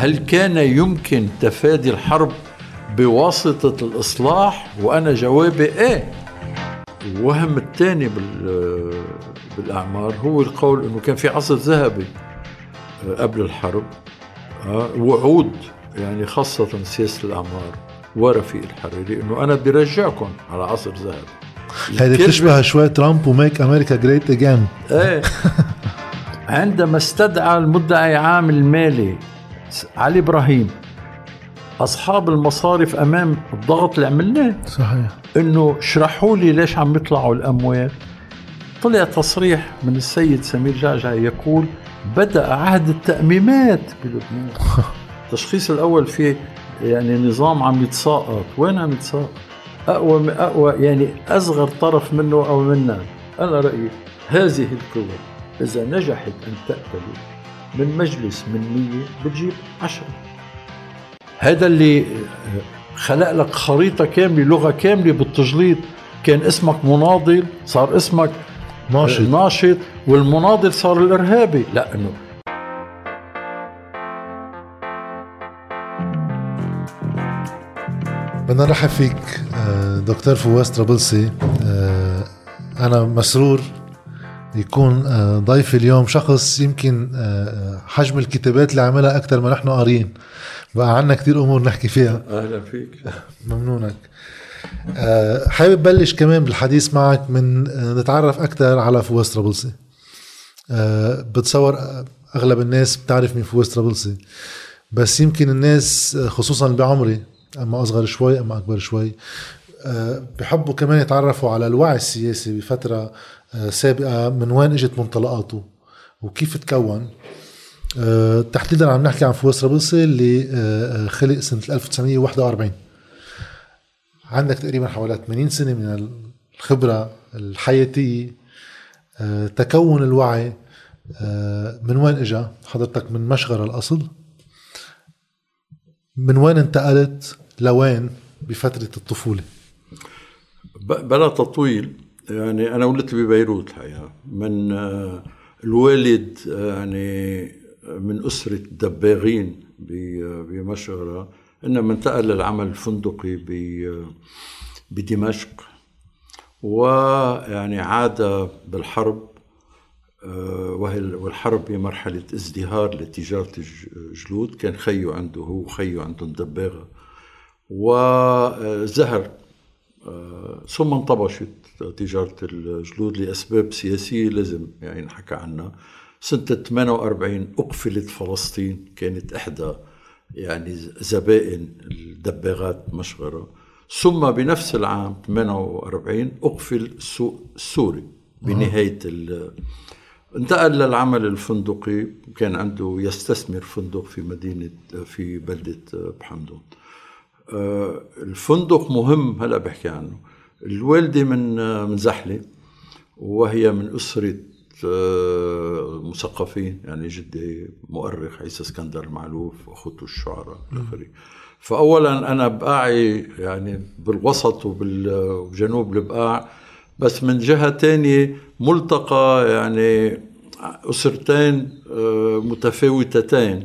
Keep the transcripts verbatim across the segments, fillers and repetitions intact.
هل كان يمكن تفادي الحرب بواسطة الإصلاح؟ وأنا جوابي إيه. الوهم الثاني بالأعمار هو القول أنه كان في عصر ذهبي قبل الحرب، وعود يعني خاصة سياسة الأعمار ورفيق الحريري أنه أنا برجعكم على عصر ذهبي. هذه تشبه شوي ترامب وميك أمريكا جريت أجين. إيه. عندما استدعى المدعي عام المالي علي إبراهيم أصحاب المصارف أمام الضغط اللي عملناه، صحيح، إنه شرحوا لي ليش عم يطلعوا الأموال، طلع تصريح من السيد سمير جعجع يقول بدأ عهد التأميمات بلبنان. التشخيص الأول فيه يعني نظام عم يتساقط. وين عم يتساقط؟ أقوى أقوى يعني أصغر طرف منه أو منا. أنا رأيي هذه القوة إذا نجحت أن تأكل من مجلس من مية بتجيب عشرة. هذا اللي خلق لك خريطة كاملة، لغة كاملة بالتجليط. كان اسمك مناضل صار اسمك ناشط, ناشط والمناضل صار الإرهابي. لأنه بدنا نرحب فيك دكتور فواز طرابلسي. أنا مسرور يكون ضيف اليوم شخص يمكن حجم الكتابات اللي عملها أكثر ما نحن قارين، بقى عنا كتير أمور نحكي فيها. أهلا فيك. ممنونك. حابب بلش كمان بالحديث معك من نتعرف أكثر على فواز طرابلسي. بتصور أغلب الناس بتعرف مين فواز طرابلسي، بس يمكن الناس خصوصا بعمري أما أصغر شوي أما أكبر شوي بحبوا كمان يتعرفوا على الوعي السياسي بفترة سابقة، من وين اجت منطلقاته وكيف تكون. تحديدا عم نحكي عن فواز طرابلسي اللي خلق سنة ألف وتسعمية وواحد وأربعين. عندك تقريبا حوالي ثمانين سنة من الخبرة الحياتية. تكون الوعي من وين اجا؟ حضرتك من مشغرة الأصل، من وين انتقلت لوين بفترة الطفولة؟ بلا تطويل يعني أنا ولدت ببيروت الحقيقة، من الوالد يعني من أسرة دباغين بمشغرة، إنما انتقل للعمل الفندقي بدمشق، ويعني عاد بالحرب، والحرب بمرحلة ازدهار لتجارة الجلود. كان خيو عنده هو خيو عندهم دباغة وزهر، ثم انطبشت تجارة الجلود لأسباب سياسية لازم يعني نحكي عنها. سنة ثمانية وأربعين أقفلت فلسطين، كانت إحدى يعني زبائن الدباغات مشغرة. ثم بنفس العام ثمانية وأربعين أقفل السوق السوري بنهاية ال انتقل للعمل الفندقي. كان عنده يستثمر فندق في مدينة في بلدة بحمدون. الفندق مهم هلأ بحكي عنه. الوالدة من من زحلة، وهي من أسرة مثقفين، يعني جدي مؤرخ عيسى اسكندر المعلوف وأخوته الشعراء الآخرين. فأولا أنا بقاعي يعني بالوسط وبالجنوب البقاع، بس من جهة تانية ملتقى يعني أسرتين متفاوتتين.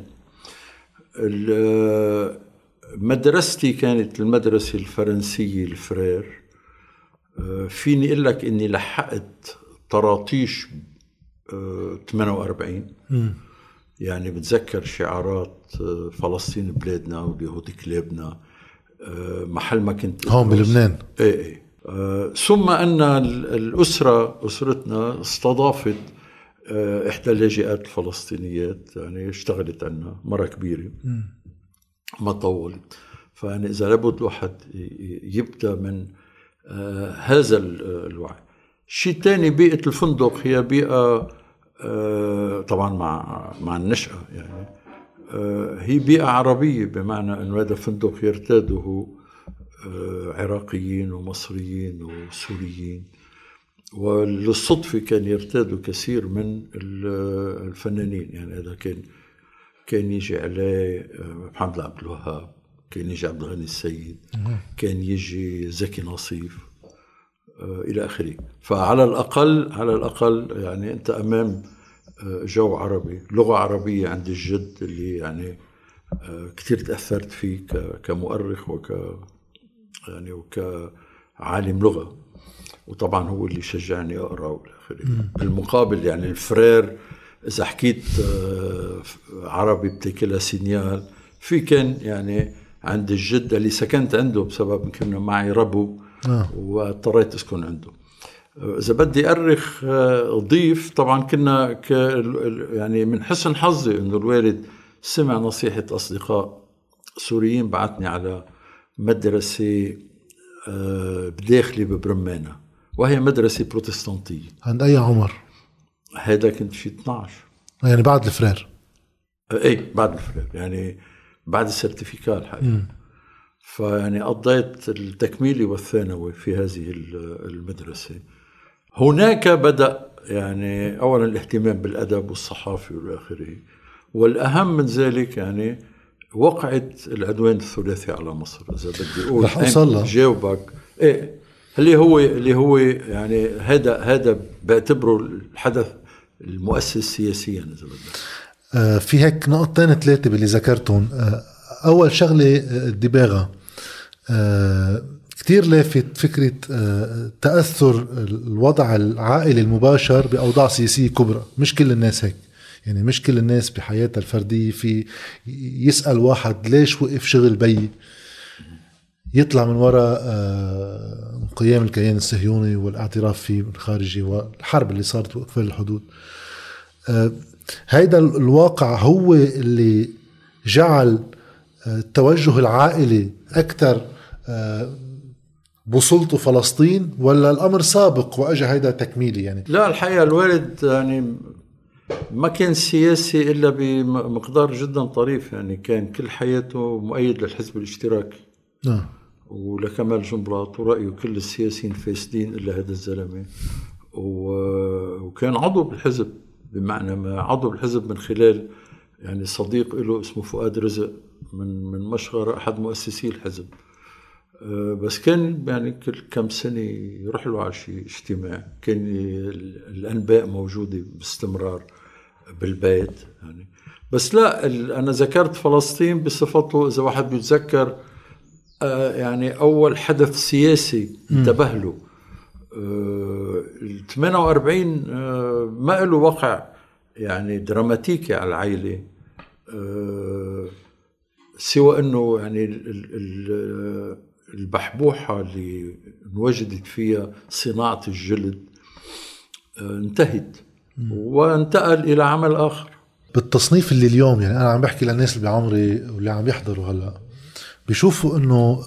مدرستي كانت المدرسة الفرنسية الفرير. فيني أقول لك إني لحقت طراطيش ثمانية وأربعين، يعني بتذكر شعارات فلسطين بلادنا واليهود كلابنا محل ما كنت هون بلبنان. ايه ايه آه، ثم أن الأسرة أسرتنا استضافت آه، إحدى اللاجئات الفلسطينيات، يعني اشتغلت عنا مرة كبيرة ما طولت. فأنا إذا لابد الواحد يبدأ من آه هذا الوعي. شيء تاني، بيئة الفندق هي بيئة آه طبعا مع مع النشأة، يعني آه هي بيئة عربية، بمعنى أن هذا فندق يرتاده آه عراقيين ومصريين وسوريين، وللصدفة كان يرتاده كثير من الفنانين. يعني هذا كان كان يجي عليه محمد عبد الوهاب، كان يجي عبد الغني السيد، كان يجي زكي نصيف إلى آخره. فعلى الأقل على الأقل يعني أنت أمام جو عربي، لغة عربية عند الجد اللي يعني كتير تأثرت فيه كمؤرخ وك يعني وكعالم لغة، وطبعا هو اللي شجعني أقرأ والآخر. بالمقابل يعني الفرير إذا حكيت عربي بتاكلها سينيال، في كان يعني عند الجد اللي سكنت عنده بسبب كنا معي ربو آه. واضطريت أسكن عنده. إذا بدي أرخ أضيف، طبعا كنا ك يعني من حسن حظي إنه الوالد سمع نصيحة أصدقاء سوريين، بعتني على مدرسة بداخلي ببرمانة، وهي مدرسة بروتستانتية. عند أي عمر؟ هذا كنت في اثناشر، يعني بعد الفرير. ايه بعد الفرير، يعني بعد السيرتيفيكال الحقيقة. فيعني قضيت التكميلي والثانوي في هذه المدرسة. هناك بدأ يعني أولا الاهتمام بالأدب والصحافة والآخره، والأهم من ذلك يعني وقعت العدوان الثلاثي على مصر. إذا بدي أقول رح أوصل جاوبك إيه اللي هو اللي هو يعني هذا هذا بعتبره الحدث المؤسس سياسيا إذا بدك. آه في هيك نقطتين ثلاثة باللي ذكرتهم. آه أول شغلة الدباغة، آه كتير لافت فكرة آه تأثر الوضع العائلي المباشر بأوضاع سياسية كبرى. مش كل الناس هيك، يعني مش كل الناس بحياتها الفردية في يسأل واحد ليش وقف شغل بي، يطلع من وراء آه قيام الكيان الصهيوني والاعتراف فيه الخارجي والحرب اللي صارت وقفل الحدود. آه هيدا الواقع هو اللي جعل التوجه العائلي أكثر بوصلته فلسطين، ولا الأمر سابق وأجى هيدا تكميلي؟ يعني لا، الحقيقة الوالد يعني ما كان سياسي إلا بمقدار جدا طريف، يعني كان كل حياته مؤيد للحزب الاشتراكي آه. ولكمال جنبلاط، ورأيه كل السياسيين فاسدين إلا هذا الزلمة، وكان عضو بالحزب، بمعنى ما عضو بالحزب من خلال يعني صديق له اسمه فؤاد رزق من من مشغرة، أحد مؤسسي الحزب. بس كان يعني كل كم سنة يروح له على شيء اجتماع، كان الأنباء موجودة باستمرار بالبيت يعني. بس لا، أنا ذكرت فلسطين بصفته إذا واحد بيتذكر يعني أول حدث سياسي انتبه له ال ثمانية وأربعين ما له وقع يعني دراماتيكي على العائلة، سوى أنه يعني البحبوحة اللي انوجدت فيها صناعة الجلد انتهت وانتقل إلى عمل آخر. بالتصنيف اللي اليوم يعني أنا عم بحكي للناس اللي بعمري واللي عم يحضروا هلأ، بيشوفوا أنه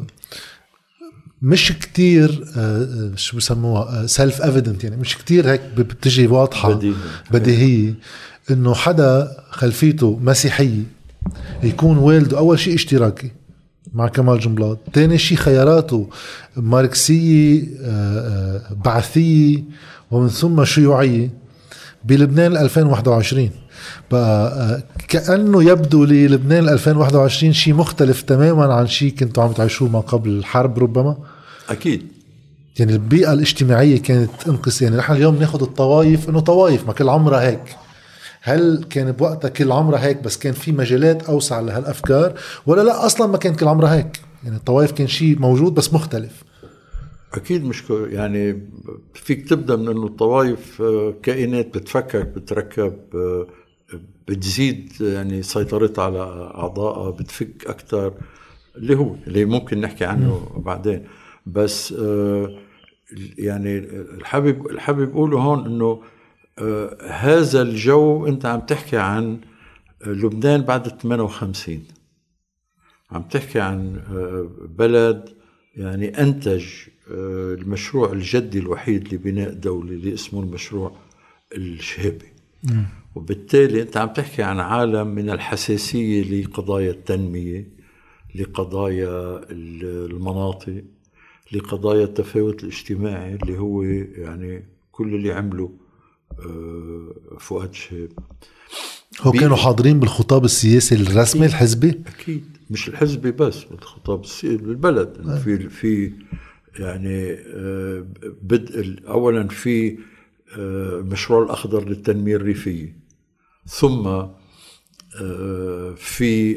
مش كتير شو بسموها سيلف ايفيدنت، يعني مش كتير هيك بتجي واضحة بديهية, بديهية انه حدا خلفيته مسيحية يكون والده اول شيء اشتراكي مع كمال جنبلاط، تاني شيء خياراته ماركسية بعثية ومن ثم شيوعية بلبنان ألفين وواحد وعشرين. بقى كأنه يبدو لي لبنان ألفين وواحد وعشرين شيء مختلف تماما عن شيء كنتوا عم تعيشوه ما قبل الحرب ربما. أكيد، يعني البيئة الاجتماعية كانت انقسام. يعني نحن اليوم ناخد الطوائف انه طوائف ما كل عمرها هيك، هل كان بوقتها كل عمرها هيك بس كان في مجالات اوسع لهالافكار، ولا لا اصلا ما كان كل عمرها هيك؟ يعني الطوائف كان شيء موجود بس مختلف. أكيد مش يعني فيك تبدأ من أنه الطوائف كائنات بتفكر بتركب بتزيد يعني سيطرتها على أعضائها، بتفك أكتر، اللي هو اللي ممكن نحكي عنه م. بعدين. بس يعني الحابب الحابب أقوله هون أنه هذا الجو أنت عم تحكي عن لبنان بعد ثمانية وخمسين، عم تحكي عن بلد يعني أنتج المشروع الجدي الوحيد لبناء دولة اللي اسمه المشروع الشهابي، وبالتالي أنت عم تحكي عن عالم من الحساسية لقضايا التنمية، لقضايا المناطق، لقضايا التفاوت الاجتماعي اللي هو يعني كل اللي عمله فؤاد شهاب. هو كانوا حاضرين بالخطاب السياسي الرسمي الحزبي؟ أكيد مش الحزبي بس، الخطاب السياسي بالبلد. في في يعني بدء أولا في المشروع الأخضر للتنمية الريفية، ثم في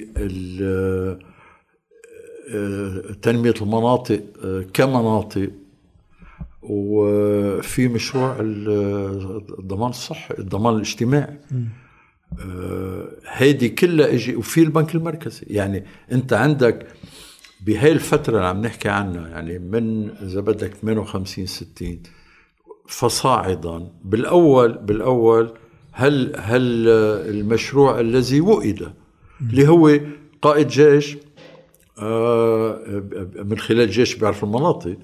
تنمية المناطق كمناطق، وفي مشروع الضمان الصحي، الضمان الاجتماعي. هيدي كلها اجي، وفي البنك المركزي. يعني انت عندك بهاي الفترة اللي عم نحكي عنها، يعني من اذا بدك ثمانية وخمسين ستين فصاعدا، بالاول بالاول هل هل المشروع الذي وئد اللي هو قائد جيش من خلال جيش بيعرف المناطق،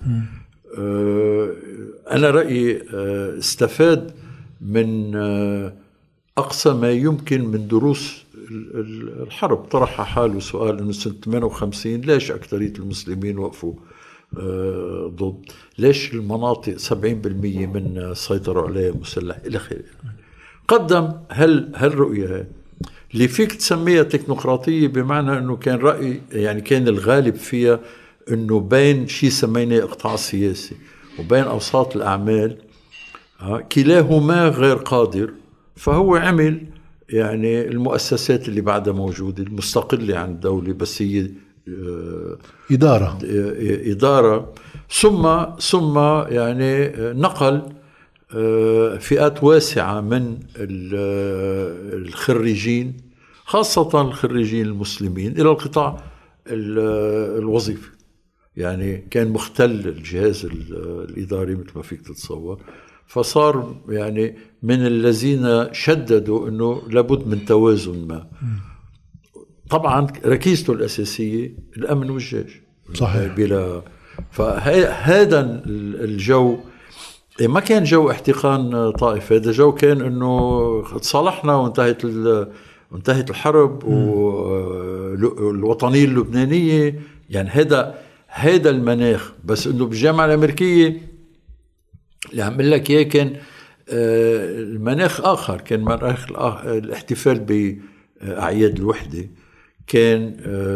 أنا رأيي استفاد من أقصى ما يمكن من دروس الحرب. طرح حاله سؤال إنه سنة ثمانية وخمسين ليش أكثرية المسلمين وقفوا ضد؟ ليش المناطق سبعين بالمية من سيطروا عليها مسلح إلى آخره؟ قدم هل هالرؤية اللي فيك تسميها تكنوقراطية، بمعنى أنه كان رأي، يعني كان الغالب فيها أنه بين شيء سميناه إقطاع سياسي وبين أوساط الأعمال كلاهما غير قادر، فهو عمل يعني المؤسسات اللي بعدها موجودة المستقلة عن الدولة، بس هي إدارة إدارة ثم ثم يعني نقل فئات واسعة من الخريجين، خاصة الخريجين المسلمين، إلى القطاع الوظيفي. يعني كان مختل الجهاز الإداري مثل ما فيك تتصور، فصار يعني من الذين شددوا أنه لابد من توازن ما. طبعا ركيزته الأساسية الأمن والجيش، صحيح. بلا فهذا الجو ما كان جو احتقان طائفة، هذا جو كان انه تصالحنا وانتهت وانتهت الحرب والوطنية اللبنانية. يعني هذا هذا المناخ. بس انه بالجامعة الامريكية اللي عمل لك اياه كان المناخ اخر، كان مناخ الاحتفال باعياد الوحدة، كان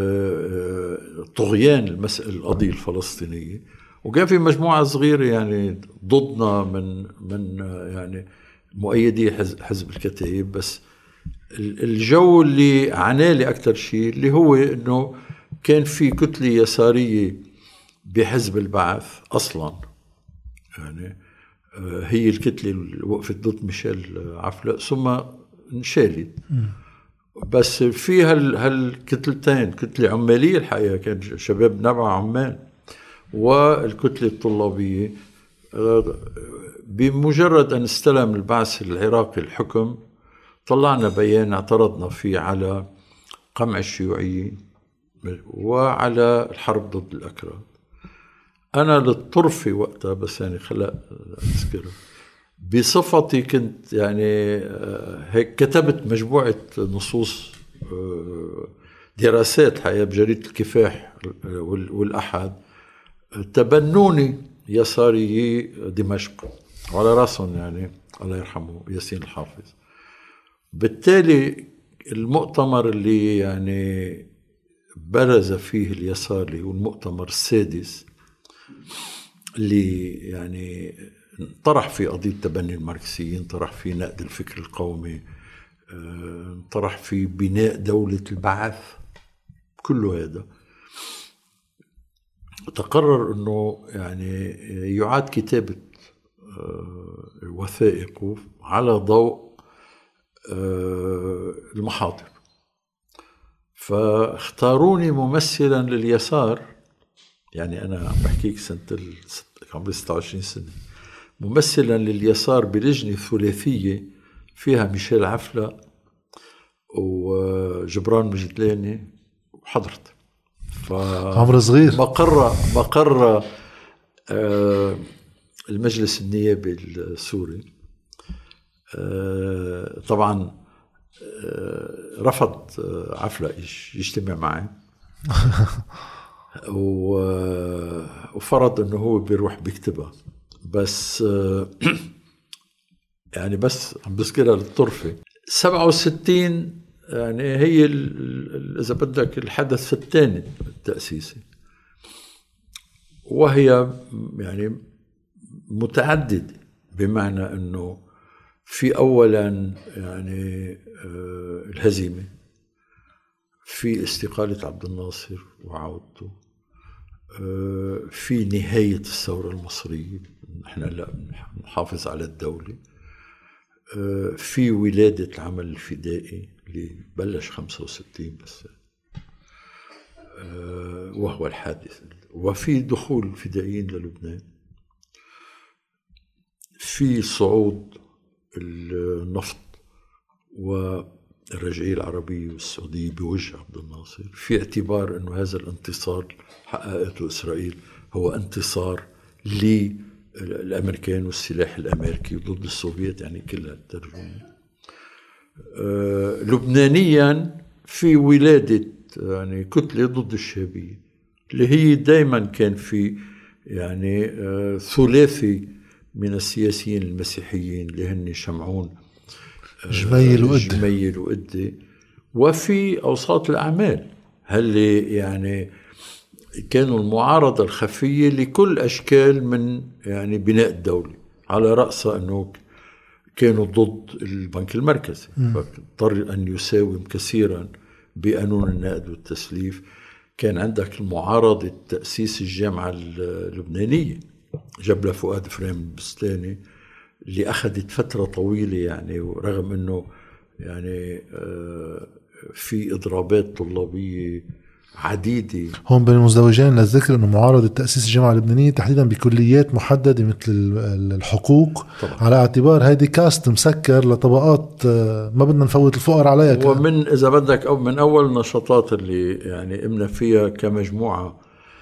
طغيان المسألة القضية الفلسطينية، وكان في مجموعة صغيرة يعني ضدنا من من يعني مؤيدي حزب الكتائب. بس الجو اللي عنالي أكتر شيء اللي هو إنه كان في كتلة يسارية بحزب البعث أصلا، يعني هي الكتلة اللي وقفت ضد ميشيل عفلق ثم انشالت. بس في هالكتلتين، كتلة عمالية الحقيقة كان شباب نبع عمال، والكتلة الطلابية. بمجرد أن استلم البعث العراقي الحكم طلعنا بيان اعترضنا فيه على قمع الشيوعيين وعلى الحرب ضد الأكراد. أنا للطرفة وقتها، بس يعني خلق أذكره بصفتي كنت يعني هيك كتبت مجموعة نصوص دراسات حقيقة بجريدة الكفاح والأحد، تبنوني يساري دمشق وعلى راسهم يعني الله يرحمه ياسين الحافظ. بالتالي المؤتمر اللي يعني برز فيه اليسار اللي هو المؤتمر السادس اللي يعني طرح في قضية تبني الماركسيين، طرح في نقد الفكر القومي، طرح في بناء دولة البعث، كله هذا تقرر أنه يعني يعاد كتابة وثائقه على ضوء المحاضر. فاختاروني ممثلا لليسار، يعني أنا عم بحكيك سنة عمري ستة وعشرين سنة، ممثلا لليسار بلجنة ثلاثية فيها ميشيل عفلق وجبران مجدلاني وحضرت. عمر صغير. مقر مقر المجلس النيابي السوري طبعا رفض عفلق يجتمع معي وفرض انه هو بيروح بيكتبها. بس يعني بس عم بذكرها للطرفة. سبعة وستين يعني هي إذا بدك الحدث الثاني التأسيسي، وهي يعني متعددة، بمعنى أنه في أولا يعني الهزيمة في استقالة عبد الناصر وعودته، في نهاية الثورة المصرية، نحن لا نحافظ على الدولة، في ولادة العمل الفدائي اللي بلش خمسة وستين بس وهو الحادث، وفي دخول الفدائيين للبنان، في صعود النفط والرجعية العربية والسعودية بوجه عبد الناصر، في اعتبار أنه هذا الانتصار حققته إسرائيل هو انتصار للأمريكان والسلاح الأمريكي ضد السوفيت، يعني كلها الترجمة. أه لبنانيا في ولادة يعني كتلة ضد الشعبية اللي هي دايما كان في يعني أه ثلاثي من السياسيين المسيحيين اللي هن شمعون، جميل وقدي جميل وقدي وفي أوساط الأعمال هاللي يعني كانوا المعارضة الخفية لكل أشكال من يعني بناء الدولة، على رأسها أنه كانوا ضد البنك المركزي فاضطر أن يساوم كثيرا بقانون النقد والتسليف. كان عندك المعارضة تأسيس الجامعة اللبنانية جبلة فؤاد فريم بستاني اللي أخذت فترة طويلة يعني، ورغم أنه يعني في إضرابات طلابية عديدة. هون بين المزدوجين للذكر أنه معارضة تأسيس الجامعة اللبنانية تحديدا بكليات محددة مثل الحقوق طبعا. على اعتبار هيدي كاست مسكر لطبقات ما بدنا نفوت الفقر عليها، ومن إذا بدك أو من أول النشاطات اللي يعني قمنا فيها كمجموعة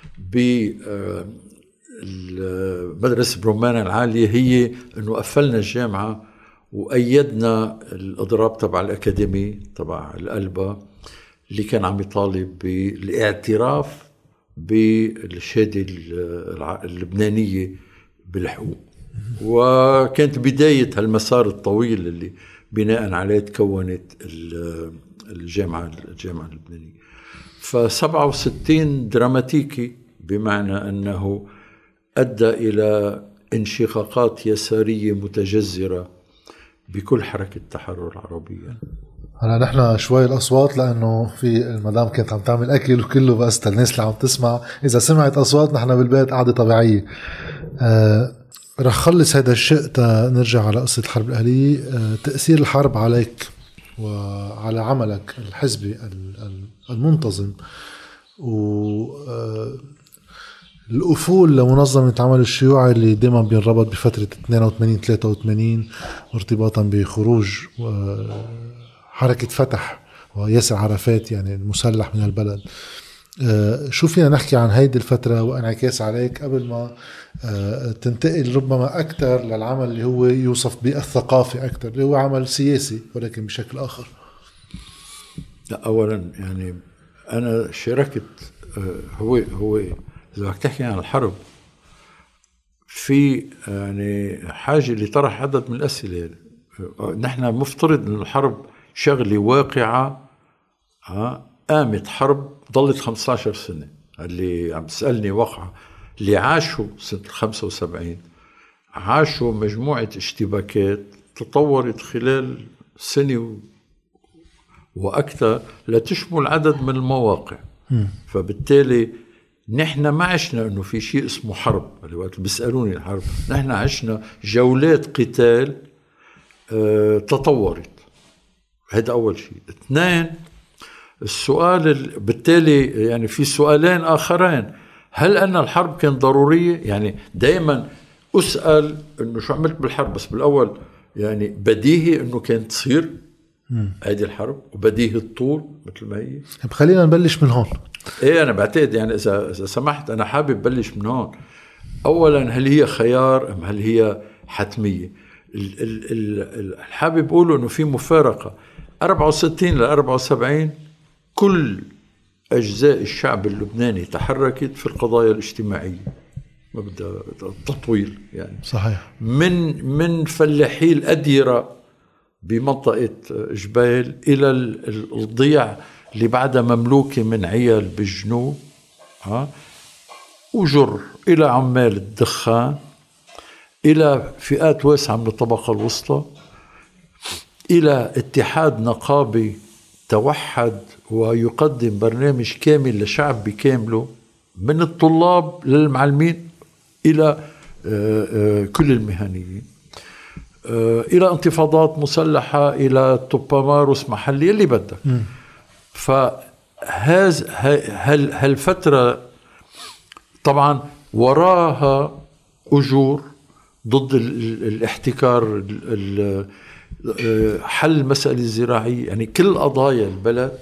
بمدرسة برومانا العالية هي أنه قفلنا الجامعة وأيدنا الإضراب تبع الأكاديمي تبع الألبا اللي كان عم يطالب بالاعتراف بالشهادة اللبنانية بالحقوق، وكانت بداية هالمسار الطويل اللي بناء عليه تكونت الجامعة الجامعة اللبنانية. فسبعة وستين دراماتيكي بمعنى أنه أدى إلى انشقاقات يسارية متجذرة بكل حركة التحرر العربية. هلا نحن شوي الأصوات لأنه في المدام كانت عم تعمل أكل وكله، بس الناس اللي عم تسمع إذا سمعت أصوات نحن بالبيت قاعدة طبيعية. آه رح خلص هذا الشيء نرجع على قصة الحرب الأهلية. آه تأثير الحرب عليك وعلى عملك الحزبي المنتظم و آه الأفول لمنظمة عمل الشيوعي اللي دائما بينربط بفترة اثنين وثمانين ثلاثة وثمانين ارتباطا بخروج حركة فتح وياسر عرفات يعني المسلح من البلد. شو فينا نحكي عن هيدي الفترة وانعكاس عليك قبل ما تنتقل ربما أكثر للعمل اللي هو يوصف بالثقافي أكثر اللي هو عمل سياسي ولكن بشكل آخر؟ لا أولا يعني أنا شاركت هو هو إذا بدك تحكي عن الحرب في يعني حاجة اللي طرح عدد من الأسئلة. نحن مفترض أن الحرب شغلة واقعة قامت حرب ضلت خمسة عشر سنة. اللي عم تسألني واقعة اللي عاشوا سنة خمسة وسبعين عاشوا مجموعة اشتباكات تطورت خلال سنة وأكثر لا تشمل عدد من المواقع. فبالتالي نحن ما عشنا انه في شيء اسمه حرب. الوقت بيسالوني الحرب، نحن عشنا جولات قتال اه تطورت. هذا اول شيء. اثنين، السؤال بالتالي يعني في سؤالين اخرين. هل ان الحرب كانت ضروريه؟ يعني دائما اسال انه شو عملت بالحرب، بس بالاول يعني بديهي انه كانت تصير هذه الحرب وبديهي الطول مثل ما هي. خلينا نبلش من هون. ايه انا بعتقد يعني اذا اذا سمحت انا حابب بلش من هون. اولا هل هي خيار ام هل هي حتميه؟ الحابب اقوله انه في مفارقه. أربعة وستين ل أربعة وسبعين كل اجزاء الشعب اللبناني تحركت في القضايا الاجتماعيه، ما بدها تطويل يعني. صحيح. من من فلاحي الاديره بمنطقه جبيل الى الضيع اللي بعدها مملوكة من عيال بالجنوب ها وجر إلى عمال الدخان إلى فئات واسعة من الطبقة الوسطى إلى اتحاد نقابي توحد ويقدم برنامج كامل لشعب بكامله من الطلاب للمعلمين إلى كل المهنيين، إلى انتفاضات مسلحة، إلى توباماروس محلي اللي بدك. فهذا هالفترة طبعا وراها أجور ضد الاحتكار، حل المسألة الزراعية، يعني كل قضايا البلد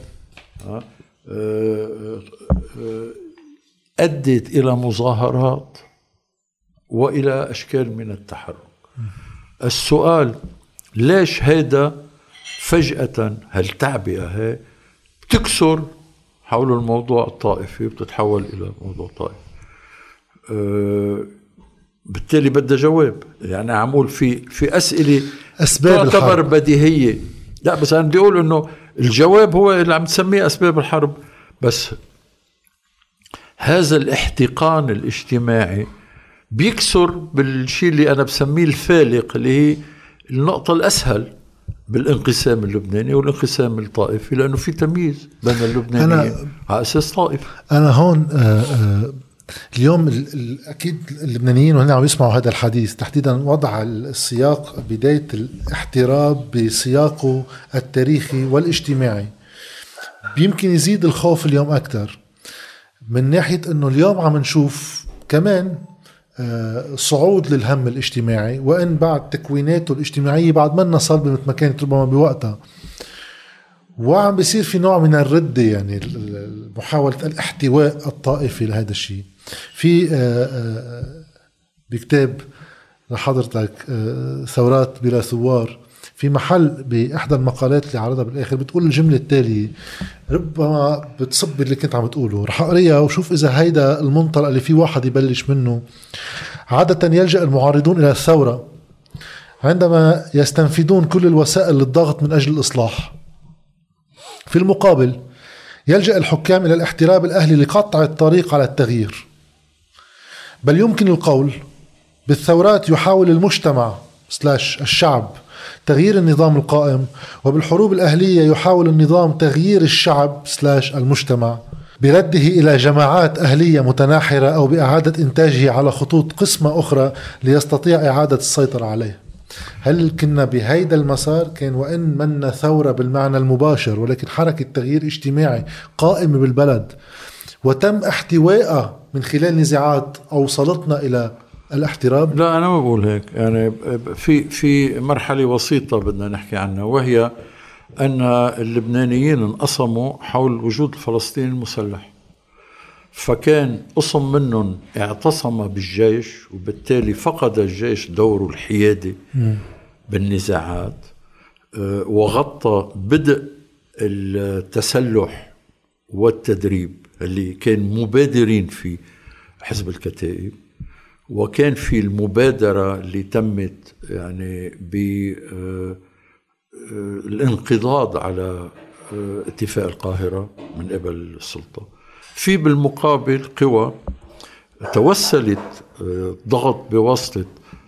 أدت إلى مظاهرات وإلى أشكال من التحرك. السؤال ليش هيدا فجأة هالتعبئة هي بتكسر حول الموضوع الطائفي وبتتحول إلى موضوع طائفي؟ أه بالتالي بدها جواب. يعني عمول في في أسئلة أسباب تعتبر بديهية، لا بس أنا بدي أقول إنه الجواب هو اللي عم تسميه أسباب الحرب. بس هذا الاحتقان الاجتماعي بيكسر بالشيء اللي أنا بسميه الفالق، اللي هي النقطة الأسهل بالانقسام اللبناني والانقسام الطائفي، لأنه في تمييز بين اللبنانيين على أساس طائفي. أنا هون آآ آآ اليوم أكيد اللبنانيين وهنا عم يسمعوا هذا الحديث تحديدا وضع السياق بداية الاحتراب بسياقه التاريخي والاجتماعي بيمكن يزيد الخوف اليوم أكثر، من ناحية أنه اليوم عم نشوف كمان صعود للهم الاجتماعي، وإن بعد تكويناته الاجتماعية بعد ما صلبة مثل ما كانت ربما بوقتها، وعم بيصير في نوع من الردة، يعني محاولة الاحتواء الطائفي لهذا الشيء. في بكتاب لحضرتك ثورات بلا ثوار، في محل بإحدى المقالات اللي عرضها بالآخر بتقول الجملة التالية ربما بتصب اللي كنت عم تقوله، رح أقريها وشوف إذا هيدا المنطلق اللي فيه واحد يبلش منه. عادة يلجأ المعارضون إلى الثورة عندما يستنفذون كل الوسائل للضغط من أجل الإصلاح. في المقابل يلجأ الحكام إلى الاحتراب الأهلي لقطع الطريق على التغيير. بل يمكن القول بالثورات يحاول المجتمع سلاش الشعب تغيير النظام القائم، وبالحروب الأهلية يحاول النظام تغيير الشعب سلاش المجتمع برده إلى جماعات أهلية متناحرة أو بإعادة إنتاجه على خطوط قسمة أخرى ليستطيع إعادة السيطرة عليه. هل كنا بهيدا المسار؟ كان وإن منا ثورة بالمعنى المباشر، ولكن حركة تغيير اجتماعي قائمة بالبلد وتم احتوائها من خلال نزاعات أوصلتنا إلى الاحتراب. لا أنا ما بقول هيك. يعني في في مرحلة وسيطة بدنا نحكي عنها، وهي أن اللبنانيين انقسموا حول وجود الفلسطيني المسلح، فكان قسم منهم اعتصم بالجيش، وبالتالي فقد الجيش دوره الحيادي بالنزاعات، وغطى بدء التسلح والتدريب اللي كان مبادرين فيه حزب الكتائب، وكان في المبادرة اللي تمت يعني بالانقضاض على اتفاق القاهرة من قبل السلطة. في بالمقابل قوى توسلت ضغط بواسطة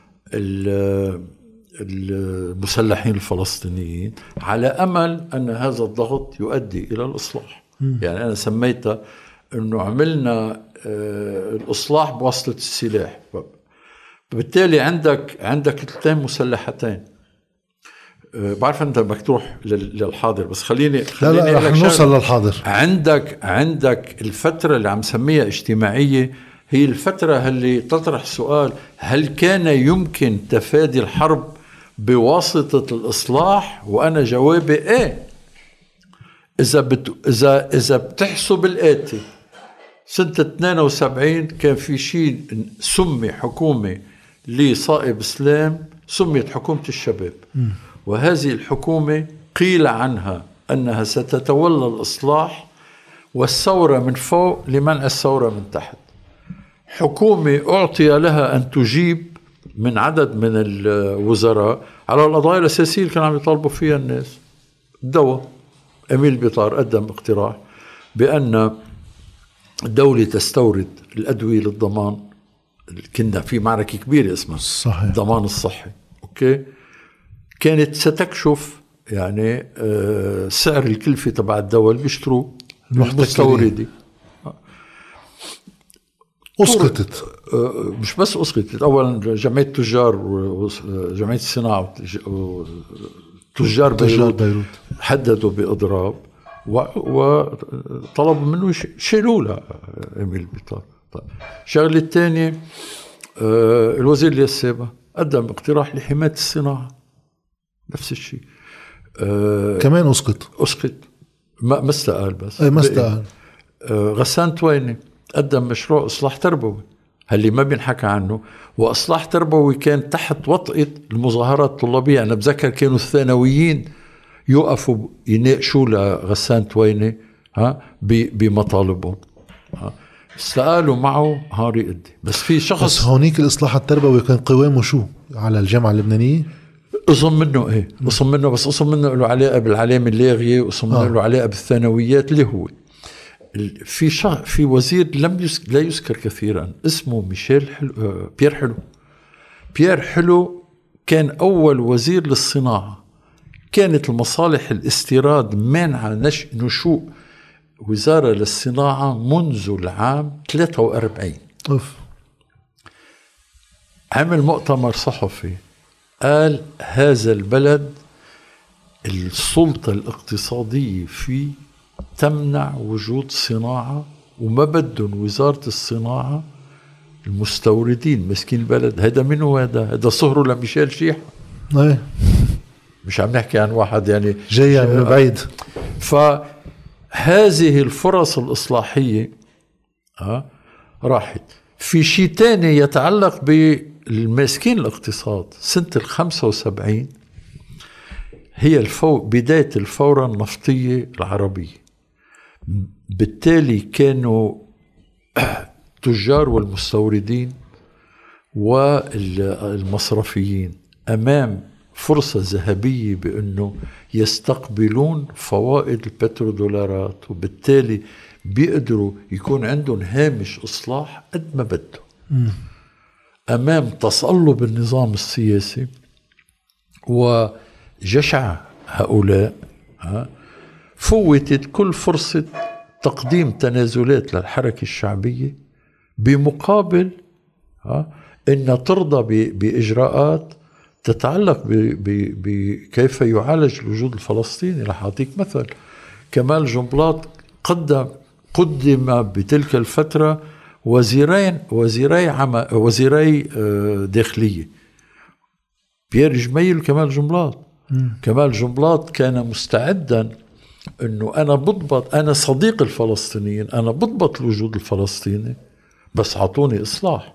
المسلحين الفلسطينيين على أمل أن هذا الضغط يؤدي إلى الإصلاح. يعني أنا سميتها أنه عملنا الإصلاح بواسطة السلاح. بالتالي عندك عندك كلتين مسلحتين. بعرف أنت بدك تروح للحاضر، بس خليني خليني لا لا رح نوصل للحاضر. عندك عندك الفترة اللي عم سميها اجتماعية، هي الفترة اللي تطرح سؤال: هل كان يمكن تفادي الحرب بواسطة الإصلاح؟ وأنا جوابي إيه. إذا بت... إذا إذا بتحسب الآتي، سنة اثنين وسبعين كان في شيء سمي حكومة لصائب سلام، سميت حكومة الشباب. م. وهذه الحكومة قيل عنها أنها ستتولى الإصلاح والثورة من فوق لمنع الثورة من تحت. حكومة أعطي لها أن تجيب من عدد من الوزراء على القضايا الأساسية اللي كانوا عم يطالبوا فيها الناس. الدواء، أميل بيطار قدم اقتراح بأن الدولة تستورد الأدوية للضمان. كنا في معركة كبيرة اسمها صحيح. الضمان الصحي. أوكي، كانت ستكشف يعني آه سعر الكلفة تبع الدول بيشتروه المستوردي. أسقطت آه مش بس أسقطت، أولا جمعية التجار وجمعية الصناعة وتجار بيروت, بيروت حددوا بإضراب وطلبوا منه شيلوا له إيميل بيطار. طيب. شغلة الثانية آه الوزير اليسابة قدم اقتراح لحماية الصناعة، نفس الشيء آه كمان أسقط أسقط ما استقال بس أي ما استقال. آه غسان تويني قدم مشروع إصلاح تربوي اللي ما بينحكى عنه، وإصلاح تربوي كان تحت وطئة المظاهرات الطلابية. أنا بذكر كانوا الثانويين يوقفوا يناقشوا لغسان تويني ها بمطالبهم، ها استقالوا معه هاري قدي. بس في شخص بس هونيك الإصلاح التربوي كان قوامه شو على الجامعة اللبنانية؟ أصم منه إيه أصم منه بس أصم منه له علاقة بالعلامة اللاغية، وأصم منه له علاقة بالثانويات. اللي هو في شخص في وزير لم يس... لا يذكر كثيرا اسمه ميشيل حلو آه... بيير حلو. بيير حلو كان أول وزير للصناعة. كانت المصالح الاستيراد مانعة نش... نشوء وزارة للصناعة منذ العام ثلاثة وأربعين. أوف. عمل مؤتمر صحفي قال هذا البلد السلطة الاقتصادية فيه تمنع وجود صناعة، وما بدهم وزارة الصناعة المستوردين مسكين البلد. هذا منه هذا هذا صهره لميشيل شيح. ايه مش عم نحكي عن واحد يعني جاي من بعيد. فهذه الفرص الإصلاحية ها راحت. في شيء تاني يتعلق بالمسكين الاقتصاد. سنة الخمسة وسبعين هي الفو بداية الفورة النفطية العربية، بالتالي كانوا التجار والمستوردين والمصرفيين أمام فرصة ذهبية بأنه يستقبلون فوائد البترودولارات، وبالتالي بيقدروا يكون عندهم هامش إصلاح قد ما بدهم أمام تصلب النظام السياسي وجشع هؤلاء. فوتت كل فرصة تقديم تنازلات للحركة الشعبية بمقابل أن ترضى بإجراءات تتعلق بكيف يعالج الوجود الفلسطيني. رح أعطيك مثل. كمال جنبلاط قدم قدم بتلك الفترة وزيرين وزيري عم وزيري داخلية، بيير جميل وكمال جنبلاط. كمال جنبلاط كان مستعدا انه انا بضبط، انا صديق الفلسطينيين، انا بضبط الوجود الفلسطيني بس عطوني اصلاح.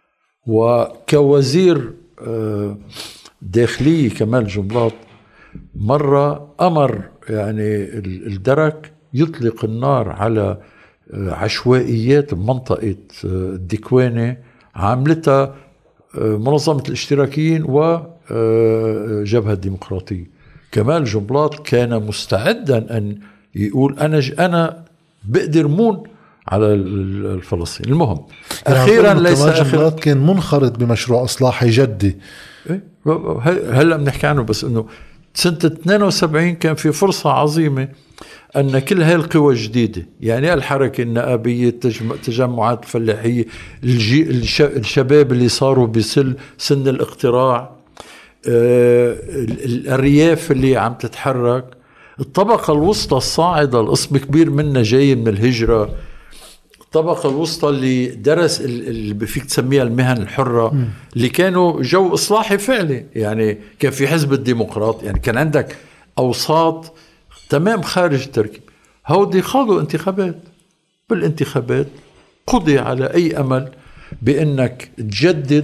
وكوزير داخلية كمال جنبلاط مرة امر يعني الدرك يطلق النار على عشوائيات بمنطقة الدكوانة عاملتها منظمة الاشتراكيين وجبهة الديمقراطية. كمال جنبلاط كان مستعدا أن يقول أنا ج... أنا بقدر مون على الفلسطيني. المهم أخيرا ليس كمال جنبلاط كان منخرط بمشروع إصلاحي جدي. هلأ بنحكي عنه، بس إنه سنة اثنين وسبعين كان في فرصة عظيمة أن كل هاي القوى الجديدة، يعني الحركة النقابية، التجمعات الفلاحية، الشباب اللي صاروا بسن سن الاقتراع، الأرياف اللي عم تتحرك، الطبقة الوسطى الصاعدة القسم كبير منها جاي من الهجرة، الطبقة الوسطى اللي درس اللي فيك تسميها المهن الحرة م. اللي كانوا جو إصلاحي فعلي. يعني كان في حزب الديمقراط، يعني كان عندك أوساط تمام خارج التركيب. هودي خاضوا انتخابات، بالانتخابات قضي على أي أمل بأنك تجدد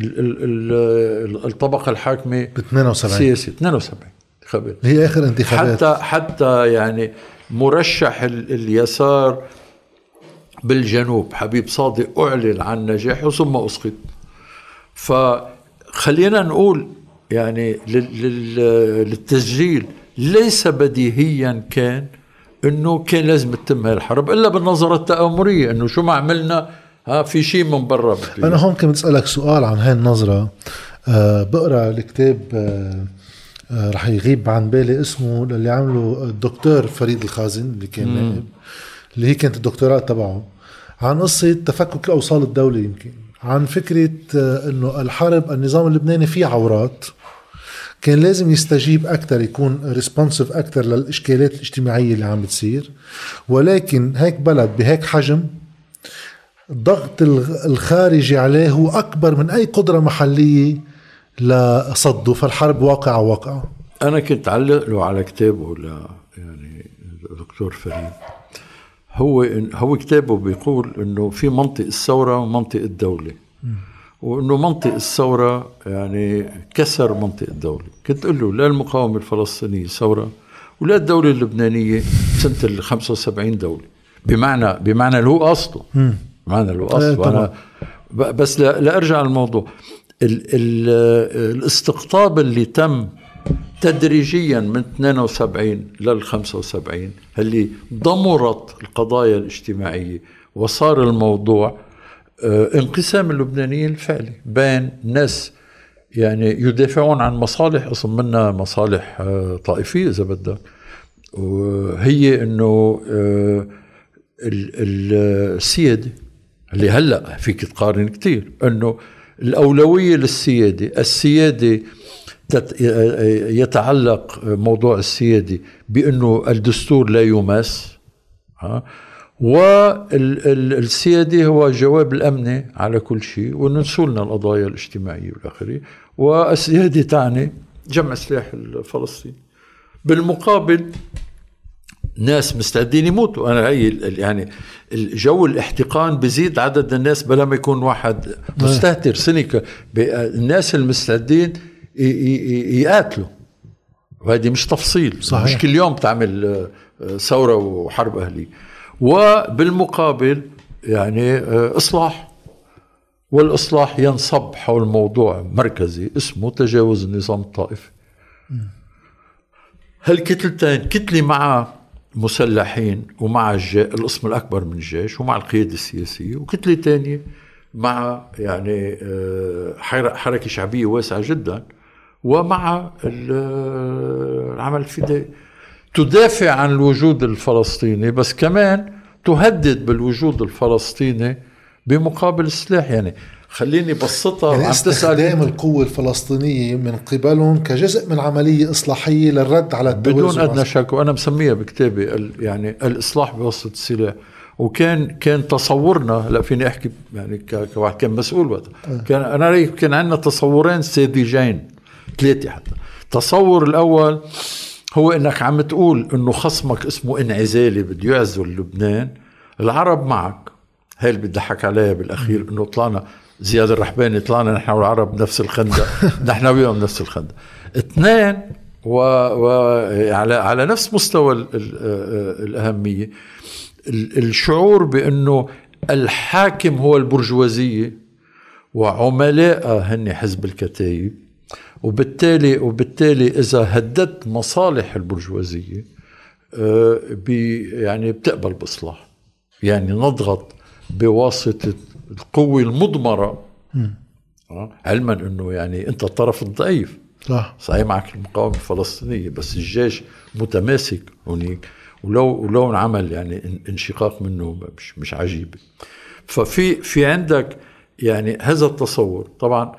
الطبقة الحاكمة ب اثنين وسبعين سياسي اثنين وسبعين انتخابات هي آخر انتخابات. حتى حتى يعني مرشح اليسار بالجنوب حبيب صادق أعلن عن نجاحه ثم أسقط. فخلينا نقول يعني للتسجيل ليس بديهيا كان انه كان لازم تتم هاي الحرب الا بالنظرة التآمرية، انه شو ما عملنا ها في شيء من برا. انا هون كنت اسالك سؤال عن هاي النظرة. أه بقرا الكتاب أه رح يغيب عن بالي اسمه، اللي عمله الدكتور فريد الخازن اللي كان نائب، اللي هي كانت الدكتوراه تبعه، عن قصة تفكك الأوصال الدولة، يمكن عن فكرة أنه الحرب النظام اللبناني فيه عورات، كان لازم يستجيب أكتر، يكون ريسبونسيف أكتر للإشكالات الاجتماعية اللي عم بتصير. ولكن هيك بلد بهيك حجم الضغط الخارجي عليه هو أكبر من أي قدرة محلية لصده، فالحرب واقعة واقعة. أنا كنت علق له على كتابه ل يعني الدكتور فريد، هو هو كتابه بيقول إنه في منطق الثورة ومنطق الدولة، وإنه منطق الثورة يعني كسر منطق الدولة. كنت أقول له لا المقاومة الفلسطينية ثورة ولا الدولة اللبنانية سنة ال خمسة وسبعين دولة، بمعنى بمعنى اللي هو أصله، بمعنى اللي هو أصله. وأنا بس لا, لا أرجع للموضوع. ال ال الاستقطاب اللي تم تدريجيا من اثنين وسبعين لل خمسة وسبعين اللي ضمرت القضايا الاجتماعية، وصار الموضوع انقسام اللبنانيين الفعلي بين ناس يعني يدافعون عن مصالح اصلا منها مصالح طائفية إذا بدك، وهي انه السيادة اللي هلأ فيك تقارن كتير، انه الأولوية للسيادة، السيادة يتعلق موضوع السيادة بأنه الدستور لا يماس، والسيادة هو جواب الأمني على كل شيء، وننسولنا القضايا الاجتماعية والآخرة. والسيادة تعني جمع سلاح الفلسطيني. بالمقابل ناس مستعدين يموتوا. أنا رأيي يعني الجو الاحتقان بزيد عدد الناس بلا ما يكون واحد مستهتر سنكة. الناس المستعدين يقاتلوا، وهذه مش تفصيل. صحيح. مش كل يوم بتعمل ثورة وحرب أهلية. وبالمقابل يعني إصلاح، والإصلاح ينصب حول موضوع مركزي اسمه تجاوز النظام الطائفي. هالكتلتين، كتلة مع مسلحين ومع القسم الأكبر من الجيش ومع القيادة السياسية، وكتلة تانية مع يعني حركة شعبية واسعة جدا ومع العمل الفدائي، تدافع عن الوجود الفلسطيني بس كمان تهدد بالوجود الفلسطيني بمقابل السلاح. يعني خليني بسطها، يعني استخدام القوة الفلسطينية من قبلهم كجزء من عملية إصلاحية للرد على التوازن بدون أدنى شك. وأنا مسميها بكتابي يعني الإصلاح بواسطة السلاح. وكان كان تصورنا، لا فيني أحكي يعني كواحد كان مسؤول وقتها، كان أنا رأيي كان عندنا تصورين ساذجين، ثلاثة حتى. تصور الأول هو إنك عم تقول إنه خصمك اسمه انعزالي بده يعزل لبنان، العرب معك. هاي اللي بيضحك عليها بالأخير، إنه طلعنا زياد الرحباني، طلعنا نحن والعرب نفس الخندق، نحن وياهم نفس الخندق. اثنين، وعلى على نفس مستوى ال ال الأهمية، الشعور بأنه الحاكم هو البرجوازية وعملاء هن حزب الكتائب، وبالتالي وبالتالي إذا هددت مصالح البرجوازية يعني بتقبل بإصلاح، يعني نضغط بواسطة القوة المضمرة، علما أنه يعني أنت الطرف الضعيف. صح. صحيح معك المقاومة الفلسطينية بس الجيش متماسك هناك، ولو ولو انعمل يعني انشقاق منه مش مش عجيب. ففي في عندك يعني هذا التصور. طبعا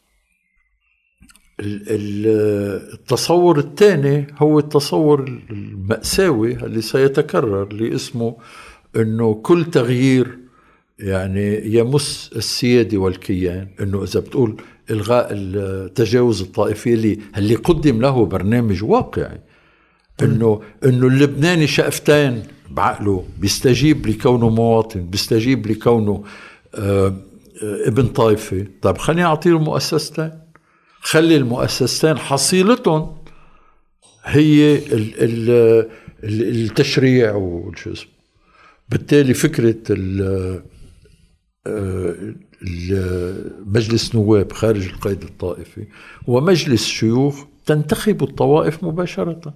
التصور الثاني هو التصور المأساوي اللي سيتكرر، اللي اسمه انه كل تغيير يعني يمس السيادة والكيان، انه اذا بتقول الغاء التجاوز الطائفي اللي اللي قدم له برنامج واقعي، انه انه اللبناني شقفتين بعقله، بيستجيب لكونه مواطن، بيستجيب لكونه آه ابن طائفة. طيب خليني اعطيه المؤسستين، خلي المؤسستين حصيلتهم هي ال ال التشريع والشو اسمه. بالتالي فكرة مجلس نواب خارج القيد الطائفي ومجلس شيوخ تنتخب الطوائف مباشرة،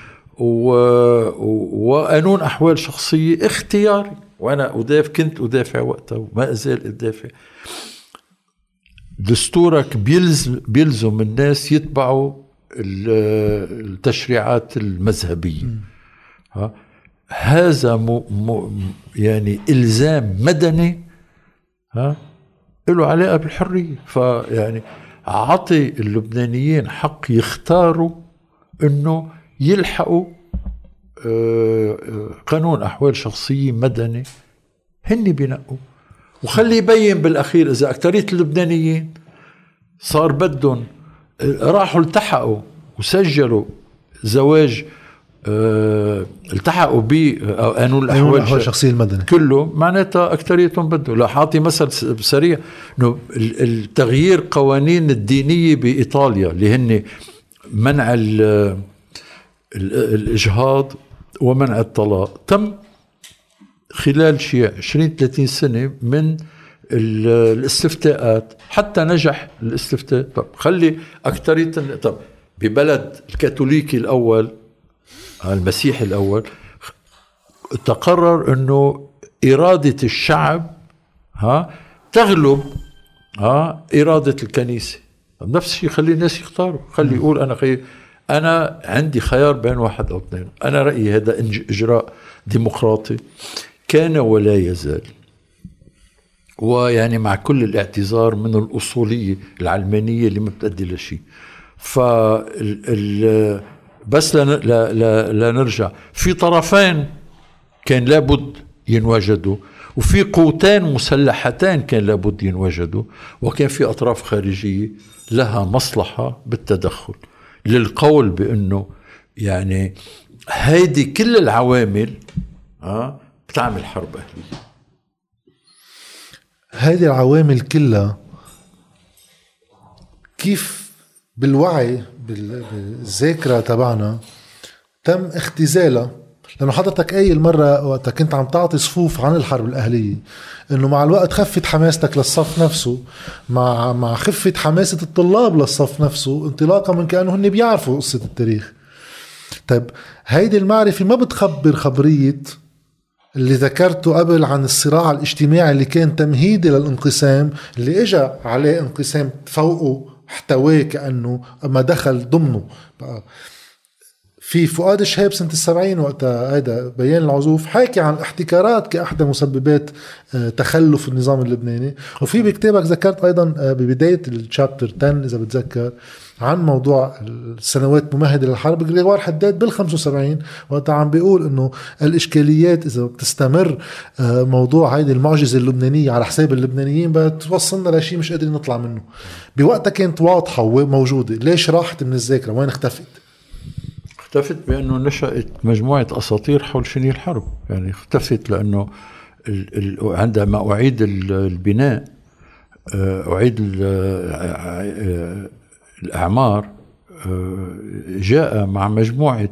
وقانون أحوال شخصية اختياري. وأنا أدافع، كنت أدافع وقتها وما أزال أدافع. دستورك بيلزم, بيلزم الناس يتبعوا التشريعات المذهبية. ها هذا م م يعني إلزام مدني ها له علاقة بالحرية. فيعني عطي اللبنانيين حق يختاروا إنه يلحقوا قانون أحوال شخصية مدني هني بينقوا، وخلي يبين بالأخير إذا أكترية اللبنانيين صار بدهم راحوا التحقوا وسجلوا زواج اه التحقوا بقانون الأحوال الشخصية المدني كله، معناتها أكتريتهم بدهم. لا حاطي مثل سريع إنه التغيير قوانين الدينية بإيطاليا اللي هن منع الإجهاض ومنع الطلاق تم خلال شيء عشرين ثلاثين سنة من الاستفتاءات حتى نجح الاستفتاء. طب خلي أكترية. طب ببلد الكاثوليكي الأول المسيحي الأول تقرر أنه إرادة الشعب ها تغلب ها إرادة الكنيسة. نفس الشيء خلي الناس يختاروا، خلي يقول أنا خير أنا عندي خيار بين واحد أو اثنين. أنا رأيي هذا إجراء ديمقراطي كان ولا يزال، ويعني مع كل الاعتذار من الأصولية العلمانية اللي ما بتأدي لشيء. فال بس لا, لا, لا, لا نرجع في طرفين كان لابد ينوجدوا، وفي قوتين مسلحتين كان لابد ينوجدوا، وكان في أطراف خارجية لها مصلحة بالتدخل للقول بأنه يعني هيدي كل العوامل ها بتعمل حرب أهلية. هذه العوامل كلها كيف بالوعي بالذاكرة تبعنا تم اختزالها؟ لأنه حضرتك أي المرة وقت كنت عم تعطي صفوف عن الحرب الأهلية إنه مع الوقت خفت حماستك للصف نفسه، مع مع خفت حماسة الطلاب للصف نفسه، انطلاقا من كأنه هن بيعرفوا قصة التاريخ. طيب هيدي المعرفة ما بتخبر خبرية اللي ذكرته قبل عن الصراع الاجتماعي اللي كان تمهيدي للانقسام، اللي اجى عليه انقسام فوقه احتواه كأنه أما دخل ضمنه. بقى في فؤاد الشهاب سنة السبعين وقتها هذا بيان العزوف حاكي عن الاحتكارات كأحدى مسببات تخلف النظام اللبناني. وفي بكتابك ذكرت أيضا ببداية الشابتر عشرة إذا بتذكر عن موضوع السنوات ممهدة للحرب غريغوار حداد بالخمسة وسبعين وقتها عم بيقول إنه الإشكاليات إذا بتستمر موضوع هيدي المعجزة اللبنانية على حساب اللبنانيين بتوصلنا لشيء مش قادرين نطلع منه. بوقتها كانت واضحة وموجودة، ليش راحت من الذاكرة؟ وين اختفت؟ اختفت بأنه نشأت مجموعة أساطير حول شنو الحرب. يعني اختفت لأنه ال ال عندما أعيد البناء أعيد الأعمار جاء مع مجموعة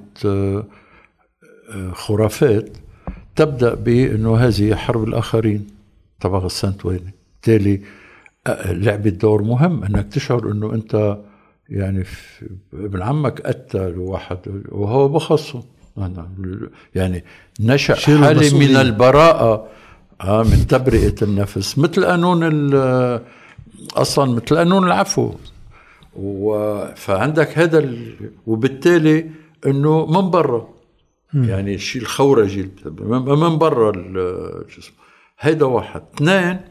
خرافات تبدأ بأنه هذه حرب الآخرين تبع غسان تويني. بالتالي لعبت دور مهم أنك تشعر أنه أنت يعني ابن عمك قتل واحد وهو بخصه. يعني نشأ حالة من البراءة من تبرئة النفس مثل قانون أصلا مثل قانون العفو. فعندك هذا وبالتالي أنه من برا يعني الشيء الخورجي من برا الجسم. هيدا واحد. اثنين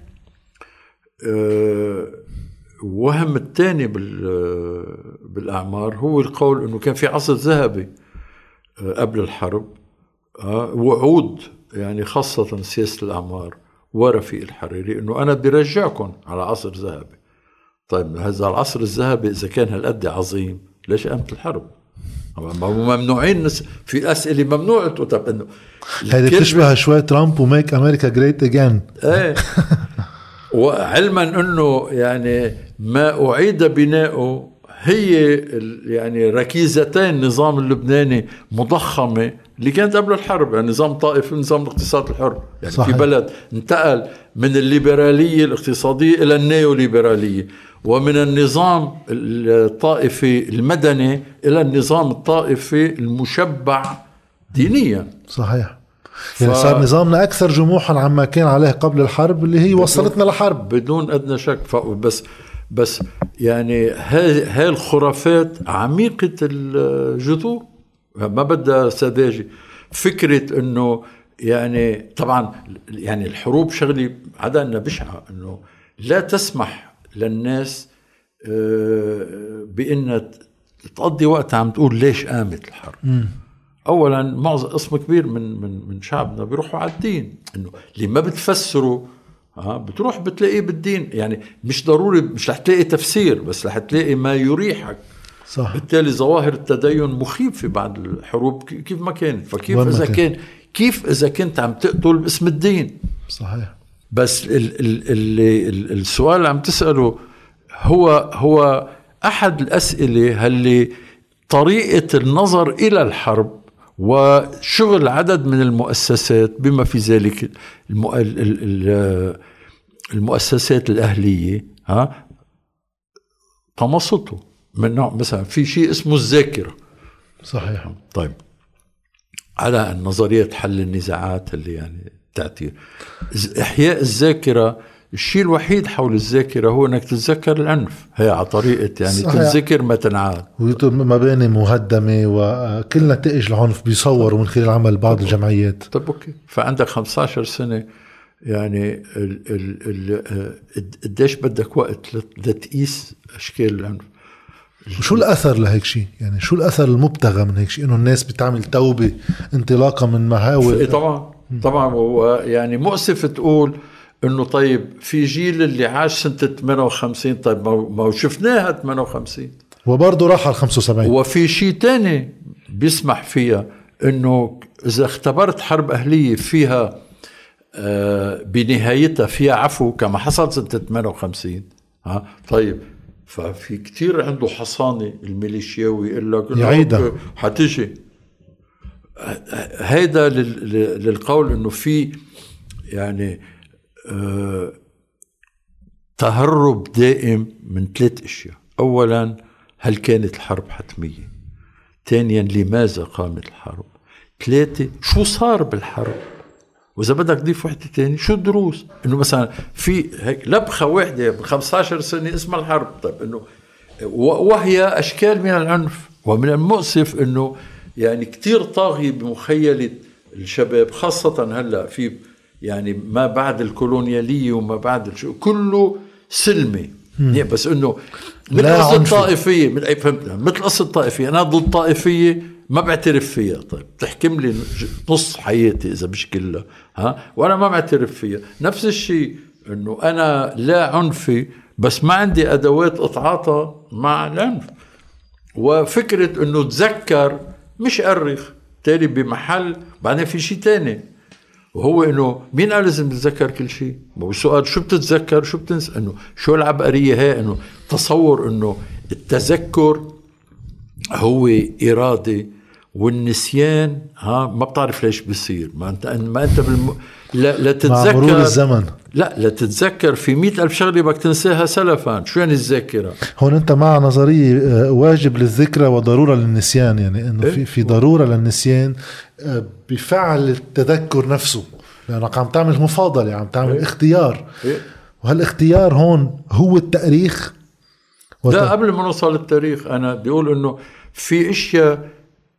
أه وهم الثاني بالأعمار هو القول أنه كان في عصر ذهبي قبل الحرب وعود يعني خاصة سياسة الأعمار ورفيق الحريري أنه أنا برجعكم على عصر ذهبي. طيب هذا العصر الذهبي إذا كان هالقد عظيم ليش قامت الحرب؟ ممنوعين في أسئلة ممنوعة. طب أنه هذه بتشبه شوية ترامب وميك أمريكا جريت أجين. ايه وعلما أنه يعني ما أعيد بناؤه هي يعني ركيزتين النظام اللبناني مضخمة اللي كانت قبل الحرب، يعني نظام طائفي ونظام الاقتصاد الحر. يعني صحيح. في بلد انتقل من الليبرالية الاقتصادية إلى النيوليبرالية، ومن النظام الطائفي المدني إلى النظام الطائفي المشبع دينيا. صحيح. يعني صار نظامنا أكثر جموحا عما كان عليه قبل الحرب اللي هي وصلتنا لحرب بدون أدنى شك. بس بس يعني هاي هاي الخرافات عميقة الجذور، ما بدها سذاجة. فكرة إنه يعني طبعا يعني الحروب شغلي عدا أنها بشعة، إنه لا تسمح للناس بأن تقضي وقت عم تقول ليش قامت الحرب. م. أولا معظم قسم كبير من من من شعبنا بيروحوا على الدين، إنه اللي ما بتفسروا ها بتروح بتلاقيه بالدين. يعني مش ضروري مش رح تلاقي تفسير، بس رح تلاقي ما يريحك. صح. بالتالي ظواهر التدين مخيف في بعض الحروب كيف ما كانت. فكيف إذا كان كيف إذا كنت عم تقتل باسم الدين؟ صحيح. بس ال ال ال ال السؤال اللي عم تسأله هو هو أحد الأسئلة اللي طريقة النظر إلى الحرب وشغل عدد من المؤسسات بما في ذلك المؤسسات الأهلية ها طمسته من نوع. مثلا في شيء اسمه الذاكرة. صحيح. طيب على النظرية حل النزاعات اللي يعني تأتي إحياء الذاكرة، الشيء الوحيد حول الذاكرة هو أنك تتذكر العنف. هي على طريقة يعني تتذكر ما تنعاد، مباني مهدمة وكل نتائج العنف بيصوروا من خلال عمل بعض الجمعيات. طب أوكي، فعندك خمسة عشر سنة يعني قديش بدك وقت لتقيس أشكال العنف؟ شو الأثر لهيك شيء؟ يعني شو الأثر المبتغى من هيك شيء؟ إنه الناس بتعمل توبة انطلاقا من مهاول. طبعا طبعا هو يعني مؤسف تقول انه طيب في جيل اللي عاش سنة ثمانية وخمسين، طيب ما شفناها ثمانية وخمسين وبرضه راح على خمسة وسبعين. وفي شيء تاني بيسمح فيها انه اذا اختبرت حرب اهلية فيها آه بنهايتها فيها عفو كما حصل سنة ثمانية وخمسين ها طيب ففي كتير عنده حصانة الميليشياوي يقول لك يعيدها حتيجي. هيدا للقول انه في يعني أه تهرب دائم من ثلاث اشياء. اولا هل كانت الحرب حتمية؟ ثانيا لماذا قامت الحرب؟ ثلاثة شو صار بالحرب؟ واذا بدك ضيف وحده ثانيه شو الدروس؟ انه مثلا في هيك لبخه واحده ب خمسة عشر سنه اسمها الحرب. طيب انه وهي اشكال من العنف. ومن المؤسف انه يعني كتير طاغي بمخيله الشباب خاصه هلا في يعني ما بعد الكولونياليه وما بعد الشو كله سلمي. بس انه مثل قصة الطائفيه من اي فهمتها مثل قصة الطائفيه انا ضد طائفيه ما بعترف فيها. طيب تحكم لي نص حياتي اذا مش كلها ها وانا ما بعترف فيها. نفس الشيء انه انا لا عنفي بس ما عندي ادوات اتعاطى مع العنف. وفكره انه تذكر مش ارخ تالي بمحل. بعدين في شيء تاني وهو انه مين قال لازم تتذكر كل شيء؟ والسؤال شو بتتذكر شو بتنسى؟ انه شو العبقريه هي؟ انه تصور انه التذكر هو اراده والنسيان ها ما بتعرف ليش بيصير. ما انت ما انت بالم... لا لا تتذكر مع مرور الزمن. لا لا تتذكر في مئة ألف شغله بدك تنساها سلفا. شو يعني الذاكره؟ هون انت مع نظريه واجب للذكرى وضروره للنسيان. يعني انه إيه؟ في في ضروره للنسيان بفعل التذكر نفسه لانك عم تعمل مفاضله عم تعمل إيه؟ اختيار إيه؟ وهالاختيار هون هو التاريخ. وت... لا قبل ما نوصل للتاريخ انا بيقول انه في اشياء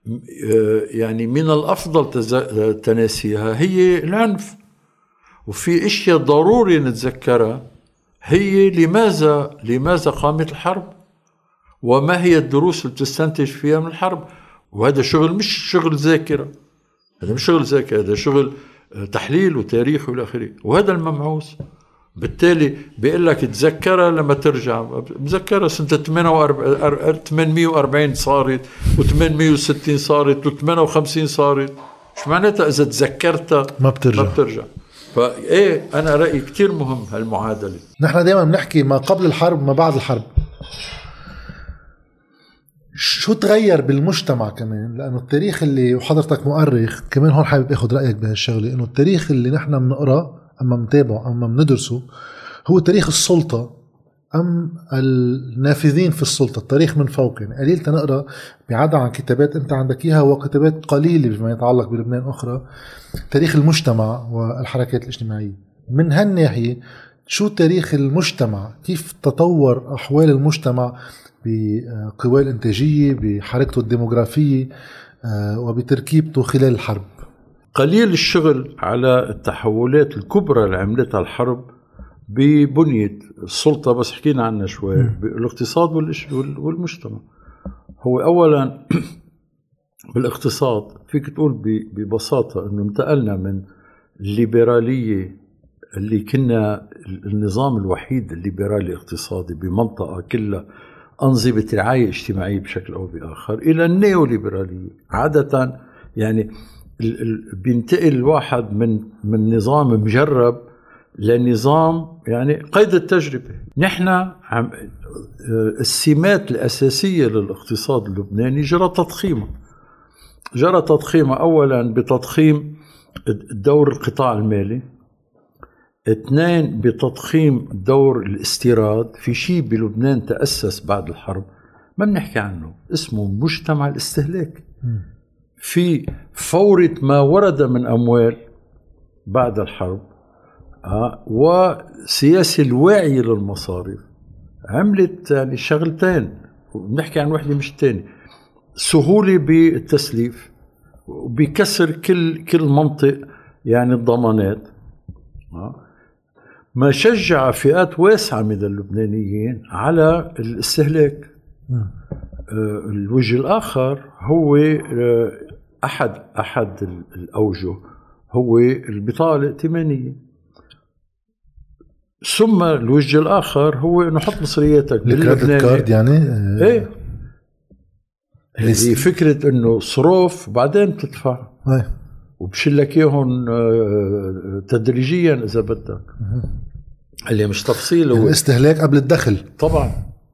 يعني من الأفضل تناسيها هي العنف. وفي اشياء ضروري نتذكرها هي لماذا لماذا قامت الحرب وما هي الدروس اللي بتستنتج فيها من الحرب. وهذا شغل مش شغل ذاكرة. هذا مش شغل ذاكرة. هذا شغل تحليل وتاريخ والآخرة. وهذا الممعوس. بالتالي بيقول لك تذكرها لما ترجع. بذكرها سنة ثمانمية وأربعين صارت وثمانمية وستين صارت وثمانية وخمسين صارت. شو معناتها إذا تذكرتها ما بترجع, ما بترجع. فإيه أنا رأيي كتير مهم هالمعادلة. نحن دائما بنحكي ما قبل الحرب ما بعد الحرب. شو تغير بالمجتمع كمان؟ لأنه التاريخ اللي وحضرتك مؤرخ كمان هون حابب أخذ رأيك بهالشغلة. إنه التاريخ اللي نحن بنقرأ أما متابعه أما بندرسه هو تاريخ السلطة أم النافذين في السلطة. التاريخ من فوق. يعني قليل تنقرأ بعدا عن كتابات أنت عندك إياها وكتابات قليلة بما يتعلق بلبنان أخرى تاريخ المجتمع والحركات الاجتماعية. من هالناحية شو تاريخ المجتمع، كيف تطور أحوال المجتمع بقواه الإنتاجية، بحركته الديموغرافية وبتركيبته خلال الحرب. قليل الشغل على التحولات الكبرى اللي عملتها الحرب ببنية السلطة، بس حكينا عنها شوي، بالاقتصاد والمجتمع. هو أولا بالاقتصاد فيك تقول ببساطة أنه انتقلنا من الليبرالية اللي كنا النظام الوحيد الليبرالي اقتصادي بمنطقة كلها أنظمة رعاية اجتماعية بشكل أو بآخر، إلى النيوليبرالية. عادة يعني بينتقل الواحد من من نظام مجرب لنظام يعني قيد التجربة. نحن عم السمات الأساسية للاقتصاد اللبناني جرى تضخيمه جرى تضخيمه أولا بتضخيم دور القطاع المالي، اثنين بتضخيم دور الاستيراد. في شيء بلبنان تأسس بعد الحرب ما بنحكي عنه، اسمه مجتمع الاستهلاك. في فورة ما ورد من أموال بعد الحرب آه وسياسة الواعية للمصارف عملت يعني شغلتين، بنحكي عن واحدة مش تاني، سهولة بالتسليف وبكسر كل كل منطق يعني الضمانات، آه ما شجع فئات واسعة من اللبنانيين على الاستهلاك. آه الوجه الآخر هو آه أحد أحد الأوجه هو البطاقة الائتمانية، ثم الوجه الآخر هو إنه حط مصرياتك بالكريدت كارد يعني إيه هي فكرة إنه صروف وبعدين تدفع ايه وبشلك إياهم تدريجيا إذا بدك، اللي مش تفصيل يعني استهلاك قبل الدخل طبعا.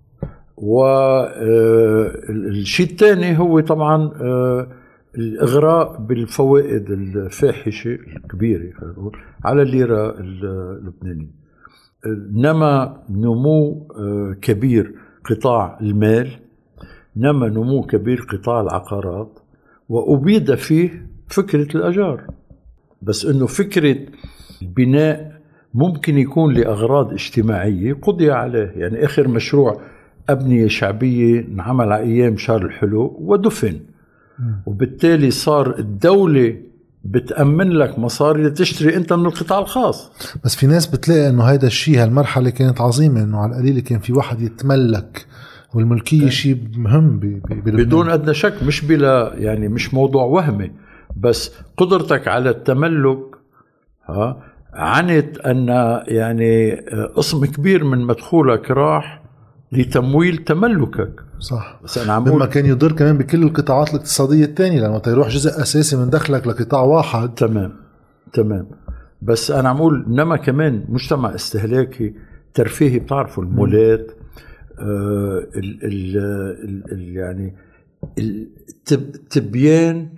والشيء الثاني هو طبعا الإغراء بالفوائد الفاحشة الكبيرة على الليرة اللبنانية. نما نمو كبير قطاع المال، نما نمو كبير قطاع العقارات، وأبيد فيه فكرة الأجار. بس إنه فكرة البناء ممكن يكون لأغراض اجتماعية قضي عليه. يعني آخر مشروع أبنية شعبية انعمل على أيام شهر الحلو ودفن، وبالتالي صار الدولة بتأمن لك مصاري لتشتري أنت من القطاع الخاص. بس في ناس بتلاقي أنه هيدا الشيء هالمرحلة كانت عظيمة، أنه على القليل كان في واحد يتملك، والملكية شيء مهم بدون أدنى شك، مش بلا يعني مش موضوع وهمي، بس قدرتك على التملك ها عنت أن يعني قسم كبير من مدخولك راح لتمويل تملكك. صح. بس أنا عم مما كان يضر كمان بكل القطاعات الاقتصادية الثانية، لأنه تيروح جزء أساسي من دخلك لقطاع واحد. تمام تمام. بس أنا عم أقول إنما كمان مجتمع استهلاكي ترفيهي، بتعرفوا المولات آه ال ال ال ال يعني التبيان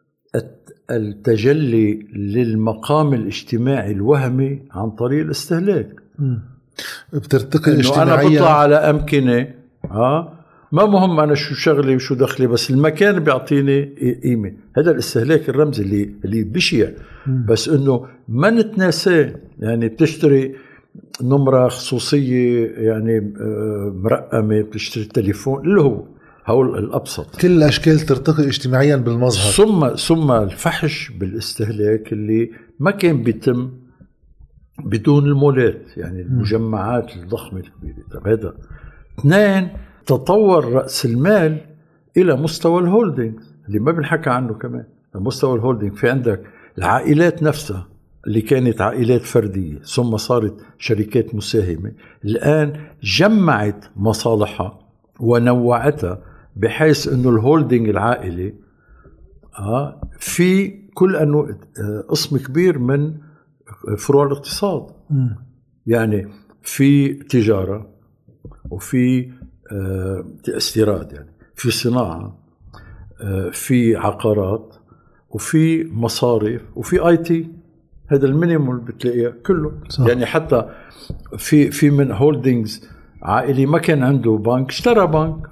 التجلي للمقام الاجتماعي الوهمي عن طريق الاستهلاك. م. بترتقي اجتماعيا. أنا بطلع على أمكنة ها ما مهم أنا شو شغلي وشو دخلي، بس المكان بيعطيني قيمة. هذا الاستهلاك الرمزي اللي اللي بشيء، بس إنه ما نتناساه. يعني بتشتري نمرة خصوصية يعني مرقمة، بتشتري تليفون اللي هو هول الأبسط. كل الأشكال ترتقي اجتماعيا بالمظهر. ثم ثم الفحش بالاستهلاك اللي ما كان بيتم بدون المولات، يعني المجمعات الضخمة الكبيرة. طب هذا. اثنين، تطور رأس المال إلى مستوى الهولدينج اللي ما بنحكى عنه كمان. مستوى الهولدينج في عندك العائلات نفسها اللي كانت عائلات فردية ثم صارت شركات مساهمة، الآن جمعت مصالحها ونوعتها بحيث أنه الهولدينج العائلي آه في كل أنه آه قسم كبير من فروع الاقتصاد. م. يعني في تجارة وفي آه استيراد، يعني في صناعة، آه في عقارات، وفي مصارف، وفي اي تي. هذا المينيموم اللي بتلاقيه كله. صح. يعني حتى في في من هولدينجز عائلي ما كان عنده بنك اشترى بنك.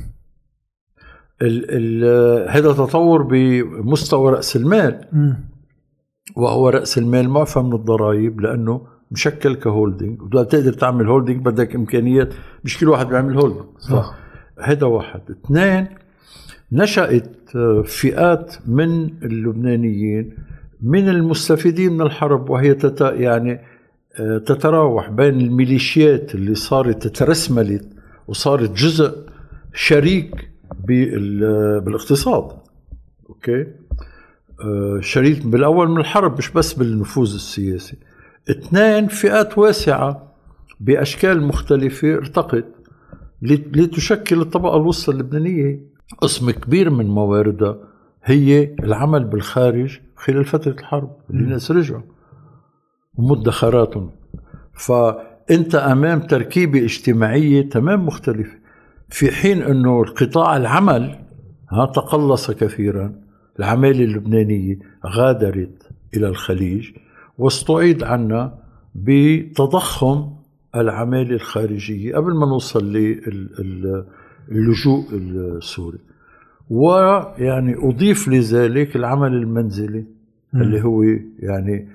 ال ال هذا تطور بمستوى رأس المال. م. وهو رأس المال معفى من الضرائب لأنه مشكل كهولدينج، وبدك تقدر تعمل هولدينج بدك إمكانيات، مش كل واحد بيعمل هولدينج. هذا واحد. اثنين، نشأت فئات من اللبنانيين من المستفيدين من الحرب، وهي تت يعني تتراوح بين الميليشيات اللي صارت تترسملت وصارت جزء شريك بالاقتصاد. اوكي، شريك بالاول من الحرب مش بس بالنفوذ السياسي. اثنين، فئات واسعة بأشكال مختلفة ارتقت لتشكل الطبقة الوسطى اللبنانية. قسم كبير من مواردها هي العمل بالخارج خلال فترة الحرب اللي الناس رجعوا ومدخراتهم. فأنت أمام تركيبة اجتماعية تمام مختلفة، في حين أنه القطاع العمل ها تقلص كثيرا. العمالة اللبنانية غادرت إلى الخليج واستعيد عنا بتضخم العمالة الخارجية قبل ما نوصل للجوء السوري. ويعني أضيف لذلك العمل المنزلي م. اللي هو يعني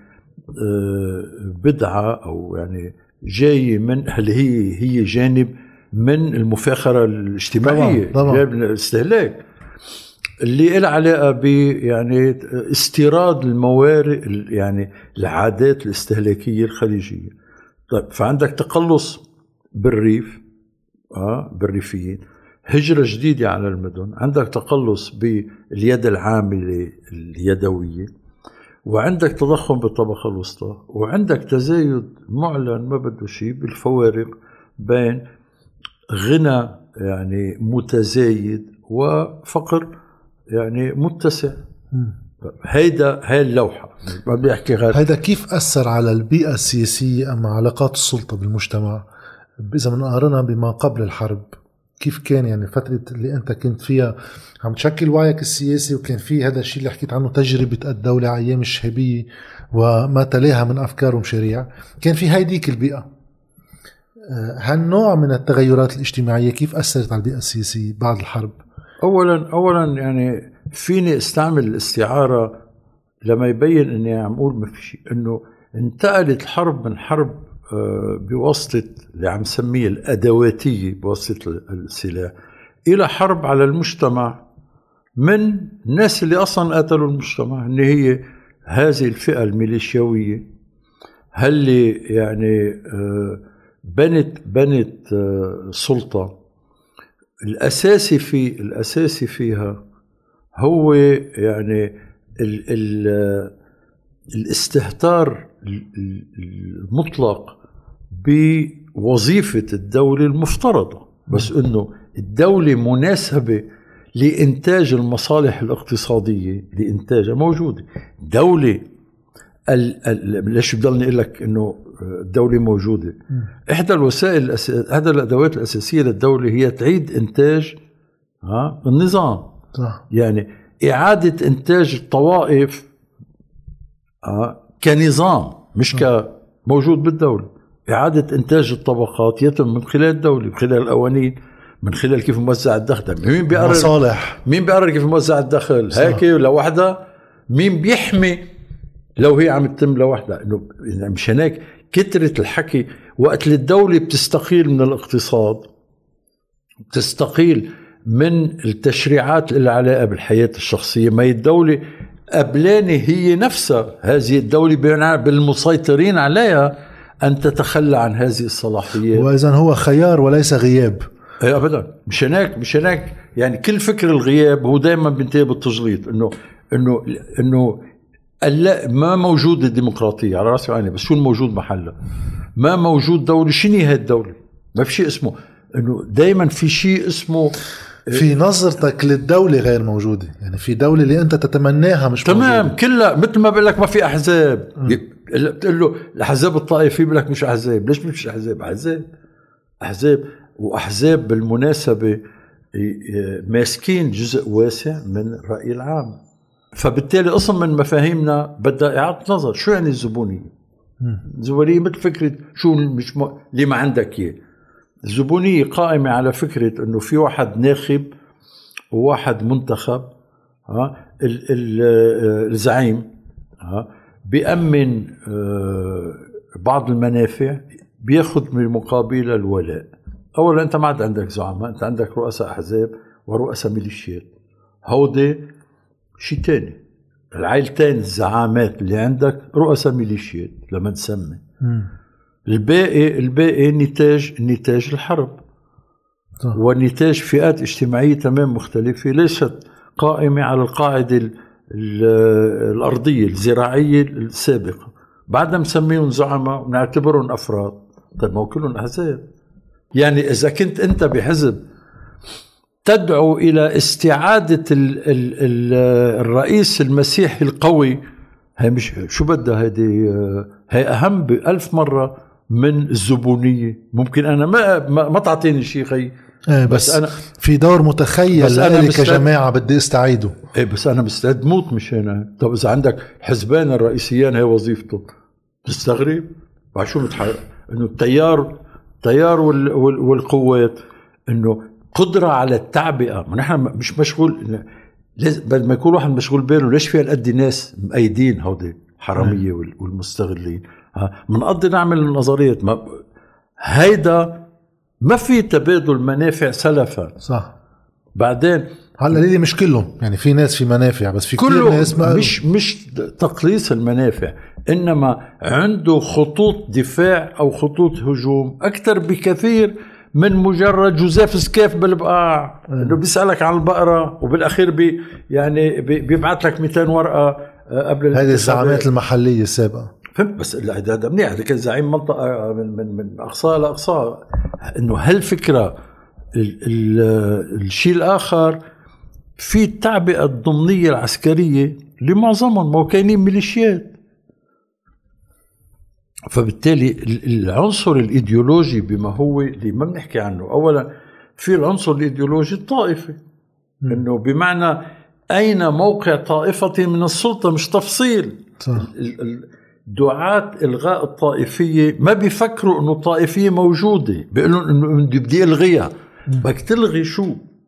بدعة أو يعني جاي من اللي هي هي جانب من المفاخرة الاجتماعية، طبعاً. طبعاً. جانب من الاستهلاك اللي له علاقة ب يعني استيراد الموارد، يعني العادات الاستهلاكية الخليجية. طيب، فعندك تقلص بالريف آه بالريفيين، هجرة جديدة على المدن، عندك تقلص باليد العاملة اليدوية، وعندك تضخم بالطبقة الوسطى، وعندك تزايد معلن ما بده شيء بالفوارق بين غنى يعني متزايد وفقر يعني متسع. هيدا هاي اللوحة ما بدي أحكي غير. هيدا كيف أثر على البيئة السياسية أما علاقات السلطة بالمجتمع إذا بنقارنها بما قبل الحرب؟ كيف كان يعني فترة اللي أنت كنت فيها عم تشكل وعيك السياسي، وكان في هذا الشيء اللي حكيت عنه تجربة الدولة أيام الشهبية وما تلاها من أفكار ومشاريع، كان في هيديك البيئة. هالنوع من التغيرات الاجتماعية كيف أثرت على البيئة السياسية بعد الحرب؟ أولا أولا يعني فيني استعمل الاستعارة لما يبين إني عم أقول ما في شيء، إنه انتقلت الحرب من حرب بواسطة اللي عم سميه الأدواتية بواسطة السلاح إلى حرب على المجتمع من الناس اللي أصلا قتلوا المجتمع، إن هي هذه الفئة الميليشياوية اللي يعني بنت بنت سلطة. الأساسي في الأساسي فيها هو يعني ال ال الاستهتار المطلق بوظيفة الدولة المفترضة، بس إنه الدولة مناسبة لإنتاج المصالح الاقتصادية لإنتاجها موجودة. دولة ليش بضلني أقول لك إنه الدولة موجودة؟ إحدى الوسائل الأس... إحدى الأدوات الأساسية للدولة هي تعيد إنتاج ها النظام. صح. يعني إعادة إنتاج الطوائف ها كنظام مش كموجود بالدولة. إعادة إنتاج الطبقات يتم من خلال الدولة، من خلال القوانين، من خلال كيف موزع الدخل. مين بيقرر مصالح؟ مين بيقرر كيف موزع الدخل؟ صح. هيك لوحدها؟ مين بيحمي لو هي عم تتم لوحدها؟ إنه مشان هيك كترة الحكي وقت الدولة بتستقيل من الاقتصاد، بتستقيل من التشريعات اللي علاقة بالحياة الشخصية. ما هي الدولة قبلاني هي نفسها هذه الدولة بالمسيطرين عليها أن تتخلى عن هذه الصلاحيات، وإذن هو خيار وليس غياب. اي ابدا. مش هناك مش هناك يعني كل فكر الغياب هو دائما بينتهي بالتجليط، انه انه انه ما موجود الديمقراطيه على راسي وعيني، بس شو الموجود محلها؟ ما موجود دوله. شنو هي الدوله؟ ما في شيء اسمه انه دائما في شيء اسمه في نظرتك للدوله غير موجوده، يعني في دوله اللي انت تتمناها مش تمام موجودة. كلها مثل ما بقول لك ما في احزاب. بتقول له الاحزاب الطائفيه بقول لك مش احزاب. ليش مش احزاب؟ احزاب احزاب وأحزاب بالمناسبة ماسكين جزء واسع من الرأي العام. فبالتالي أصلا من مفاهيمنا بدها إعادة نظر. شو يعني الزبونية؟ الزبونية مثل فكرة شو مش م... اللي ما عندك إياه. الزبونية قائمة على فكرة إنه في واحد ناخب وواحد منتخب، ها ال... ال... الزعيم ها بيأمن بعض المنافع بياخد من مقابل الولاء. أولا أنت ما عاد عندك زعماء، أنت عندك رؤساء أحزاب ورؤساء ميليشيات، هودي شيء تاني. العائلتين الزعامات اللي عندك رؤساء ميليشيات لما تسمي، الباقي الباقي نتاج نتاج الحرب صح. ونتاج فئات اجتماعية تمام مختلفة ليست قائمة على القاعدة ال ال الأرضية الزراعية السابقة. بعدها مسميهم زعماء ونعتبرهم أفراد. طيب ما هو كلهم أحزاب. يعني إذا كنت أنت بحزب تدعو إلى استعادة ال ال ال الرئيس المسيحي القوي، هي مش شو بدها هذه، هي أهم بألف مرة من الزبونية. ممكن أنا ما ما, ما تعطيني شيء خي، إيه بس, بس أنا في دور متخيل أنا كجماعة بدي استعيده. إيه بس أنا مستعد موت مشان. طب إذا عندك حزبان الرئيسيان هي وظيفته، تستغرب بعد شو بتحقق إنه التيار التيار وال وال والقوات إنه قدرة على التعبئة. ما نحن مش مشغول، بدل ما يكون واحد مشغول باله ليش فيها قد ناس مأيدين هودي حرامية والمستغلين. منقضي نعمل النظريات. ما هيدا ما في تبادل منافع سلفا صح. بعدين هلا ليه مش كلهم، يعني في ناس في منافع بس في كل ناس ما مش مش تقليص المنافع، انما عنده خطوط دفاع او خطوط هجوم اكثر بكثير من مجرد جوزيف سكيف بالبقاع انه بيسالك عن البقره وبالاخير بي يعني بي بيبعث لك مئتين ورقه قبل هذه الزعامات المحليه السابقه. فهمت؟ بس هذا منيح، هذا كان زعيم منطقه من من من اقصى لاقصى. انه هالفكره الشيء الاخر في التعبئه الضمنيه العسكريه لمعظمهم موكلين ميليشيات. فبالتالي العنصر الايديولوجي بما هو اللي ما بنحكي عنه، اولا في العنصر الايديولوجي الطائفي، انه بمعنى اين موقع طائفتي من السلطه، مش تفصيل. دعاة الغاء الطائفيه ما بيفكروا انه الطائفيه موجوده، بيقولوا انه بدي الغيها. بدك تلغي شو؟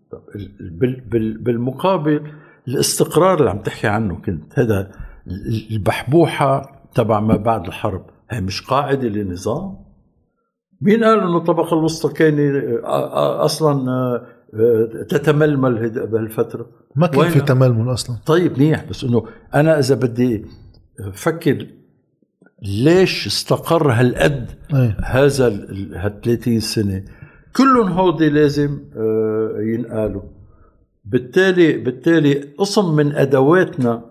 بالمقابل الاستقرار اللي عم تحكي عنه كنت، هذا البحبوحه تبع ما بعد الحرب، هي مش قاعدة لنظام. مين قال انه الطبقة الوسطى كان اصلا تتململ بهالفترة؟ ما كان في تململ اصلا. طيب منيح، بس انه انا اذا بدي فكر ليش استقر هالقد هذا هالثلاثين سنة، كلهم هودي لازم ينقالوا. بالتالي بالتالي قسم من ادواتنا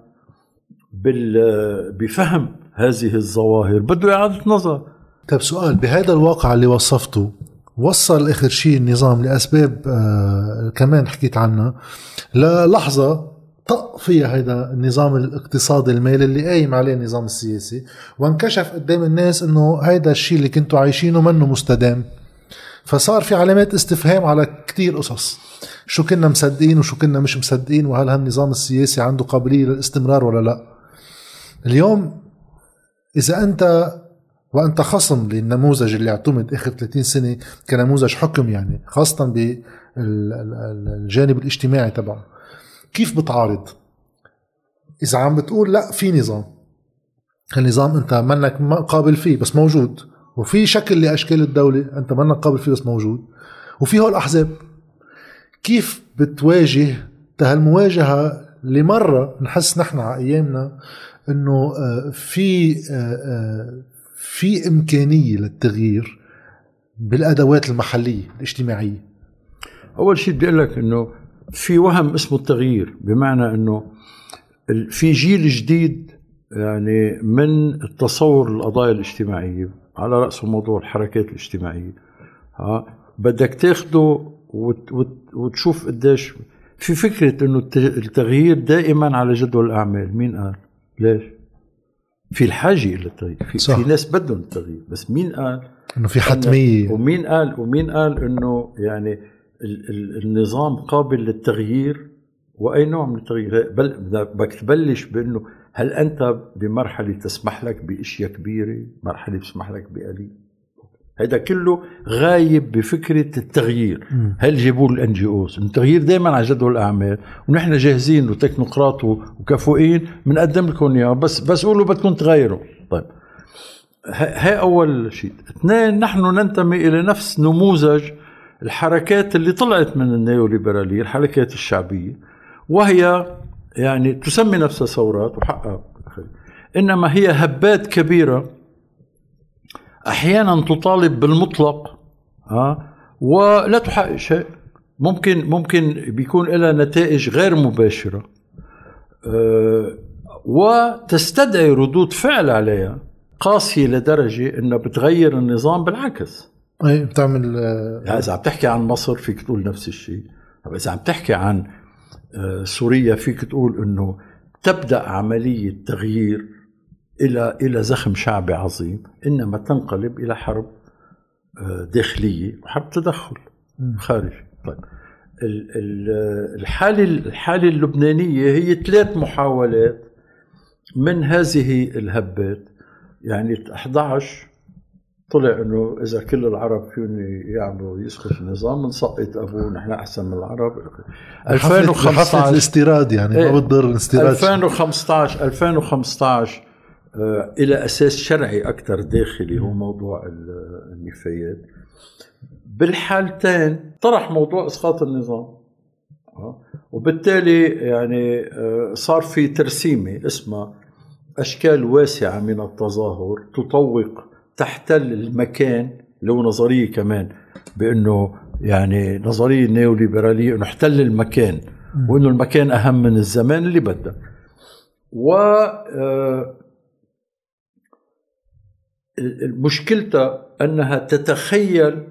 بفهم هذه الظواهر بده إعادة نظر. طيب سؤال، بهذا الواقع اللي وصفته وصل آخر شيء النظام لأسباب آه كمان حكيت عنها للحظة طق فيها هذا النظام الاقتصادي المالي اللي قايم عليه النظام السياسي، وانكشف قدام الناس انه هذا الشيء اللي كنتوا عايشينه منه مستدام. فصار في علامات استفهام على كتير قصص، شو كنا مصدقين وشو كنا مش مصدقين، وهل هالنظام السياسي عنده قابلية للاستمرار ولا لا. اليوم إذا أنت وأنت خصم للنموذج اللي اعتمد آخر ثلاثين سنة كنموذج حكم، يعني خاصة بالجانب الاجتماعي تبعه، كيف بتعارض؟ إذا عم بتقول لا في نظام، النظام أنت منك قابل فيه بس موجود، وفي شكل لأشكال الدولة أنت منك قابل فيه بس موجود، وفي هول الأحزاب، كيف بتواجه هالمواجهة؟ لمرة نحس نحن على أيامنا انه في في امكانيه للتغيير بالادوات المحليه الاجتماعيه. اول شيء بدي اقول لك انه في وهم اسمه التغيير، بمعنى انه في جيل جديد يعني من التصور القضايا الاجتماعيه، على راسه موضوع الحركات الاجتماعيه. ها بدك تاخده وتشوف قديش في فكره انه التغيير دائما على جدول الاعمال. مين قال؟ ليش؟ في الحاجة إلى التغيير، في, في ناس بدهم التغيير، بس مين قال إنه في حتمية؟ ومين قال ومين قال إنه يعني ال ال النظام قابل للتغيير؟ وأي نوع من التغيير؟ بل بدك تبلش بإنه هل أنت بمرحلة تسمح لك بأشياء كبيرة، مرحلة تسمح لك بقليل؟ هذا كله غايب بفكرة التغيير. هل جيبوا الان جي اوز؟ التغيير دائما على جدول الاعمال، ونحن جاهزين وتكنوقراط وكفؤين بنقدم لكم اياه، بس بس قولوا بدكم تغيروا. طيب هاي أول شيء. اثنين، نحن ننتمي إلى نفس نموذج الحركات اللي طلعت من النيوليبرالية، الحركات الشعبية، وهي يعني تسمي نفسها ثورات وحقها، إنما هي هبات كبيرة أحيانا تطالب بالمطلق ها ولا تحقق شيء. ممكن ممكن بيكون لها نتائج غير مباشرة أه وتستدعي ردود فعل عليها قاسية لدرجة إنها بتغير النظام بالعكس. أي بتعمل يعني إذا عم تحكي عن مصر فيك تقول نفس الشيء، إذا عم تحكي عن سوريا فيك تقول إنه تبدأ عملية تغيير إلى إلى زخم شعبي عظيم، إنما تنقلب إلى حرب داخلية وحرب تدخل خارجي. طيب الحالة الحالة اللبنانية هي ثلاث محاولات من هذه الهبات. يعني أحد عشر طلع إنه إذا كل العرب فيهم يعملوا يسقط النظام نسقط أبوه نحن أحسن من العرب. ألفين وخمسة عشر الاستيراد يعني ما بتضر الاستيراد. ألفين وخمسة عشر ألفين وخمسة عشر آه إلى أساس شرعي أكثر داخلي هو موضوع النفايات. بالحالتين طرح موضوع إسقاط النظام آه. وبالتالي يعني آه صار في ترسيمة اسمها أشكال واسعة من التظاهر تطوق تحتل المكان، له نظرية كمان بأنه يعني نظرية نيوليبرالية أنه احتل المكان وأنه المكان أهم من الزمان اللي بدك. و مشكلتها أنها تتخيل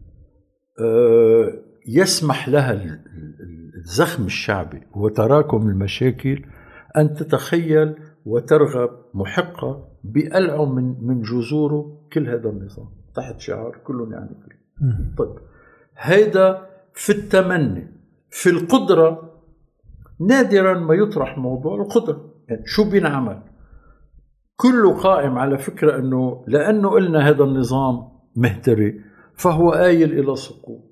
يسمح لها الزخم الشعبي وتراكم المشاكل أن تتخيل وترغب محقة بقلعه من من جذوره كل هذا النظام تحت شعار كلهم يعني كل. طيب هيدا في التمني. في القدرة نادرا ما يطرح موضوع القدرة، يعني شو بينعمل كله قائم على فكرة أنه لأنه قلنا هذا النظام مهتري فهو آيل إلى سقوط.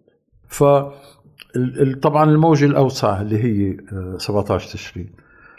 فطبعا الموجة الأوسع اللي هي سبعة عشر تشرين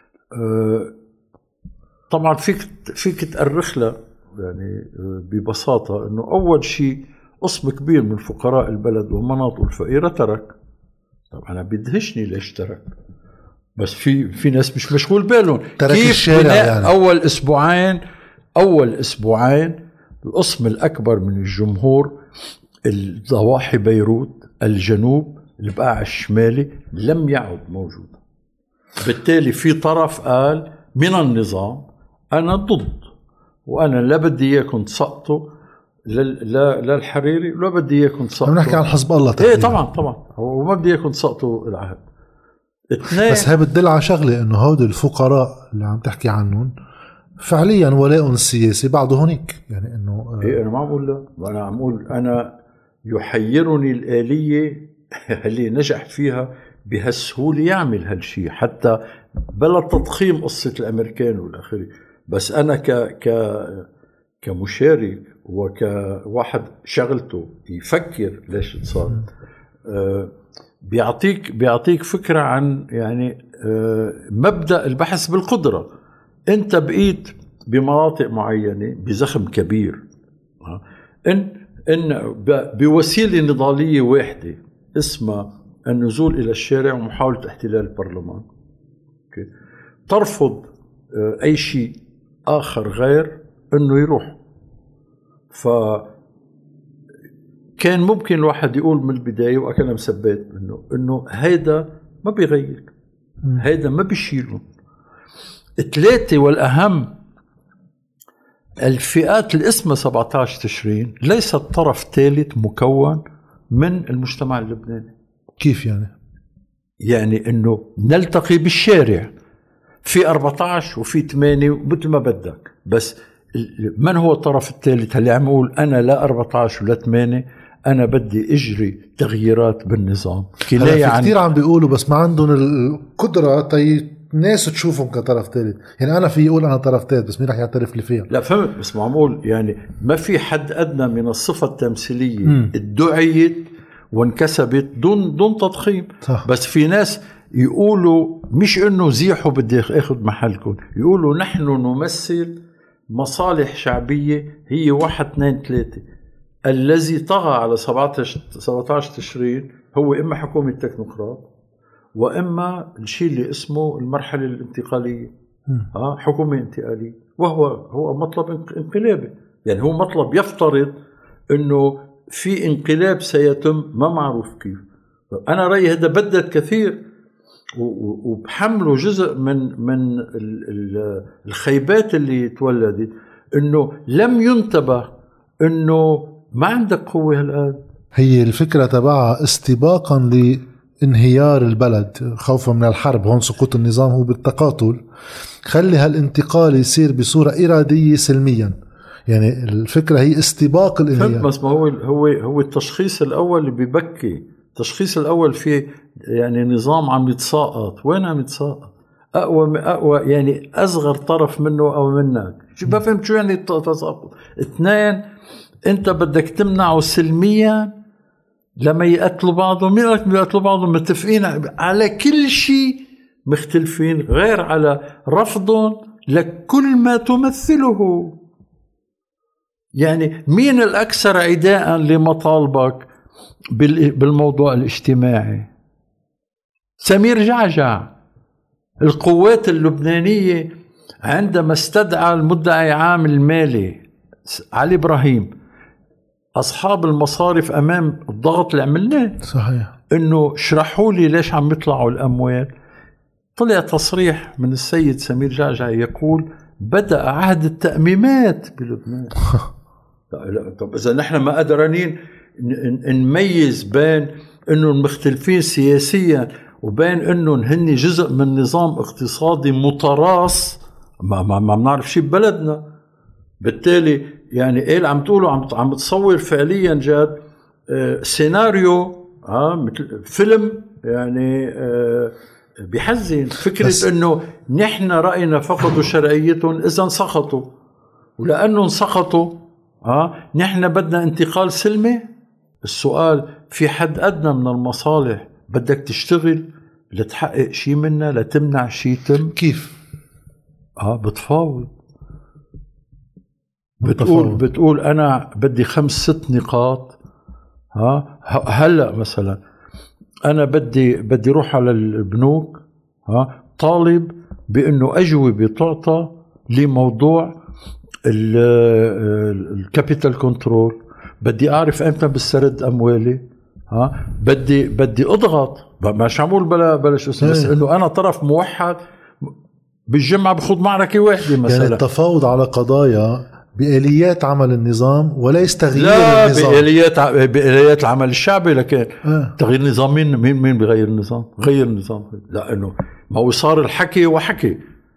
طبعا فيك فيك تأرخ له يعني ببساطة أنه أول شيء قسم كبير من فقراء البلد والمناطق الفقيرة ترك. طبعا أنا بيدهشني ليش ترك، بس في في ناس مش مشغول بالهم كيف يعني. أول أسبوعين أول أسبوعين القسم الأكبر من الجمهور الضواحي بيروت الجنوب البقاع الشمالي لم يعد موجود. بالتالي في طرف قال من النظام أنا ضد وأنا لا بدي إياكم تسقطوا لا لا الحريري ولا بدي إياكم تسقطوا. نحكي عن حزب الله إيه طبعا طبعا وما بدي إياكم تسقطوا العهد. بس هي بتدل على شغلة إنه هود الفقراء اللي عم تحكي عنهم فعليا ولاء السياسي بعده هونيك يعني إنه إيه أنا ما عم أقول لا أنا عم أقول أنا يحيرني الآلية اللي نجح فيها بهالسهولة يعمل هالشيء حتى بلا تضخيم قصة الأمريكان والآخرين. بس أنا ك ك كمشارك وكواحد شغلته يفكر ليش صار آه بيعطيك بيعطيك فكرة عن يعني آه مبدأ البحث بالقدرة. أنت بقيت بمناطق معينة بزخم كبير آه إن إن بوسيلة نضالية واحدة اسمها النزول إلى الشارع ومحاولة احتلال البرلمان. ترفض أي شيء آخر غير أنه يروح. فكان ممكن الواحد يقول من البداية وأكنا مثبت إنه إنه هيدا ما بيغير هيدا ما بيشيله. ثلاثة والأهم الفئات اللي اسمها سبعة عشر تشرين ليست طرف ثالث مكون من المجتمع اللبناني. كيف يعني؟ يعني إنه نلتقي بالشارع في أربعة عشر وفي ثمانية مثل ما بدك، بس من هو الطرف الثالث اللي عم يقول أنا لا أربعة عشر ولا ثمانية أنا بدي أجري تغييرات بالنظام. كلاية عن... كتير عم بيقولوا بس ما عندهم القدرة طي الناس تشوفهم كطرف ثالث. يعني أنا في يقول أنا طرف ثالث بس مين رح يعترف لي فيها؟ لا فهمت بس ما عم أقول يعني ما في حد أدنى من الصفة التمثيلية ادعيت وانكسبت دون دون تضخيم. صح. بس في ناس يقولوا مش إنه زيحوا بدي أخذ محلكم، يقولوا نحن نمثل مصالح شعبية هي واحد اثنين ثلاثة. الذي طغى على سبعة عشر تشرين هو إما حكومة تكنوقراط وإما الشيء اللي اسمه المرحلة الانتقالية، ها حكومة انتقالية، وهو هو مطلب انقلابي. يعني هو مطلب يفترض إنه في انقلاب سيتم ما معروف كيف. أنا رأيي هذا بدد كثير وبحمله جزء من من الخيبات اللي تولدت، إنه لم ينتبه إنه ما عندك قوة الآن. هي الفكرة تبعها استباقا لانهيار البلد خوفا من الحرب، هون سقوط النظام هو بالتقاتل، خلي هالانتقال يصير بصورة إرادية سلميا. يعني الفكرة هي استباق الانهيار. بس ما هو هو هو التشخيص الأول اللي بيبكي. التشخيص الأول فيه يعني نظام عم يتساقط. وين عم يتساقط؟ أقوى أقوى يعني أصغر طرف منه أو منك. شو بفهم شو يعني التساقط؟ اثنين، أنت بدك تمنعه سلميا لما يقتلوا بعضهم. مين قالك بيقتلوا بعضهم؟ متفقين على كل شيء، مختلفين غير على رفضهم لكل ما تمثله. يعني مين الأكثر عداء لمطالبك بالموضوع الاجتماعي؟ سمير جعجع. القوات اللبنانية عندما استدعى المدعي عام المالي علي إبراهيم أصحاب المصارف أمام الضغط اللي عملناه، صحيح، إنه شرحوا لي ليش عم يطلعوا الأموال، طلع تصريح من السيد سمير جعجع يقول بدأ عهد التأميمات بلبنان. طب إذا نحن ما قدرانين نميز بين إنه المختلفين سياسيا وبين إنه هن جزء من نظام اقتصادي متراص، ما ما ما بنعرف شيء ببلدنا. بالتالي يعني إيه عم تقولوا؟ عم عم تصور فعليا جاد آه سيناريو ها آه مثل فيلم يعني آه بيحزن. فكرة إنه نحن رأينا فقدوا شرعيتهم إذا سقطوا، ولأنهم سقطوا ها آه نحن بدنا انتقال سلمي. السؤال في حد أدنى من المصالح بدك تشتغل لتحقق شيء منها، لتمنع شيء تم. كيف؟ اه بتفاوض، بتقول بتقول أنا بدي خمس ست نقاط. ها هلا مثلا أنا بدي بدي روح على البنوك ها طالب بأنه أجوبة تعطى لموضوع الكابيتال كنترول. بدي أعرف أمتى بسترد أموالي. ها بدي بدي أضغط، مش عمول بلا بلاش اسم، بس إنه أنا طرف موحد بالجمعة بخوض معركة واحدة مثلا. يعني التفاوض على قضايا بآليات عمل النظام وليس تغيير لا النظام. بآليات بآليات العمل الشعبي. لكن آه. تغيير نظام مين مين مين بغير النظام؟ غير النظام. لأنه ما هو صار الحكي وحكي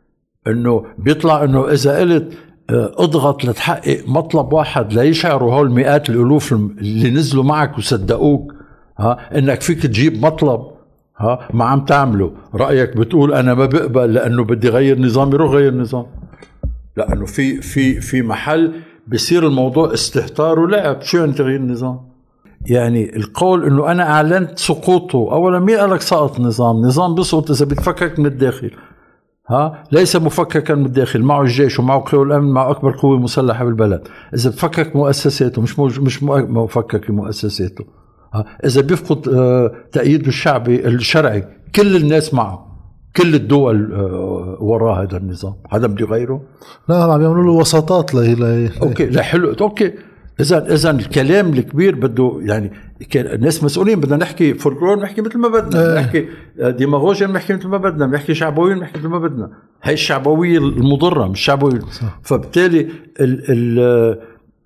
إنه بيطلع إنه إذا قلت اضغط لتحقق مطلب واحد ليشعروا هول مئات الألوف اللي نزلوا معك وصدقوك ها إنك فيك تجيب مطلب ها ما عم تعمله. رأيك بتقول أنا ما بقبل لأنه بدي غير نظام، يروح غير نظام. لأنه في في في محل بيصير الموضوع استهتار ولعب. شو يعني تغيير النظام؟ يعني القول إنه أنا أعلنت سقوطه. أولا مين قالك سقط نظام؟ نظام بيسقط إذا بيتفكك من الداخل. ها ليس مفككا من الداخل، معه الجيش ومعه قوى الأمن، معه أكبر قوة مسلحة بالبلد. إذا بفكك مؤسساته مش موج... مش مفكك مؤسساته. ها إذا بيفقد آه تأييده الشعبي الشرعي، كل الناس معه، كل الدول آه وراء هذا النظام. هذا بده يغيره؟ لا عم يعملوا له وساطات ل ل أوكي لا حلو. أوكي إذا إذا الكلام الكبير بده يعني الناس مسؤولين. بدنا نحكي فولكلور نحكي مثل ما بدنا، نحكي ديماغوجيا نحكي مثل ما بدنا، نحكي شعبوية نحكي مثل ما بدنا. هاي الشعبوية المضرة مش شعبوية. فبالتالي ال ال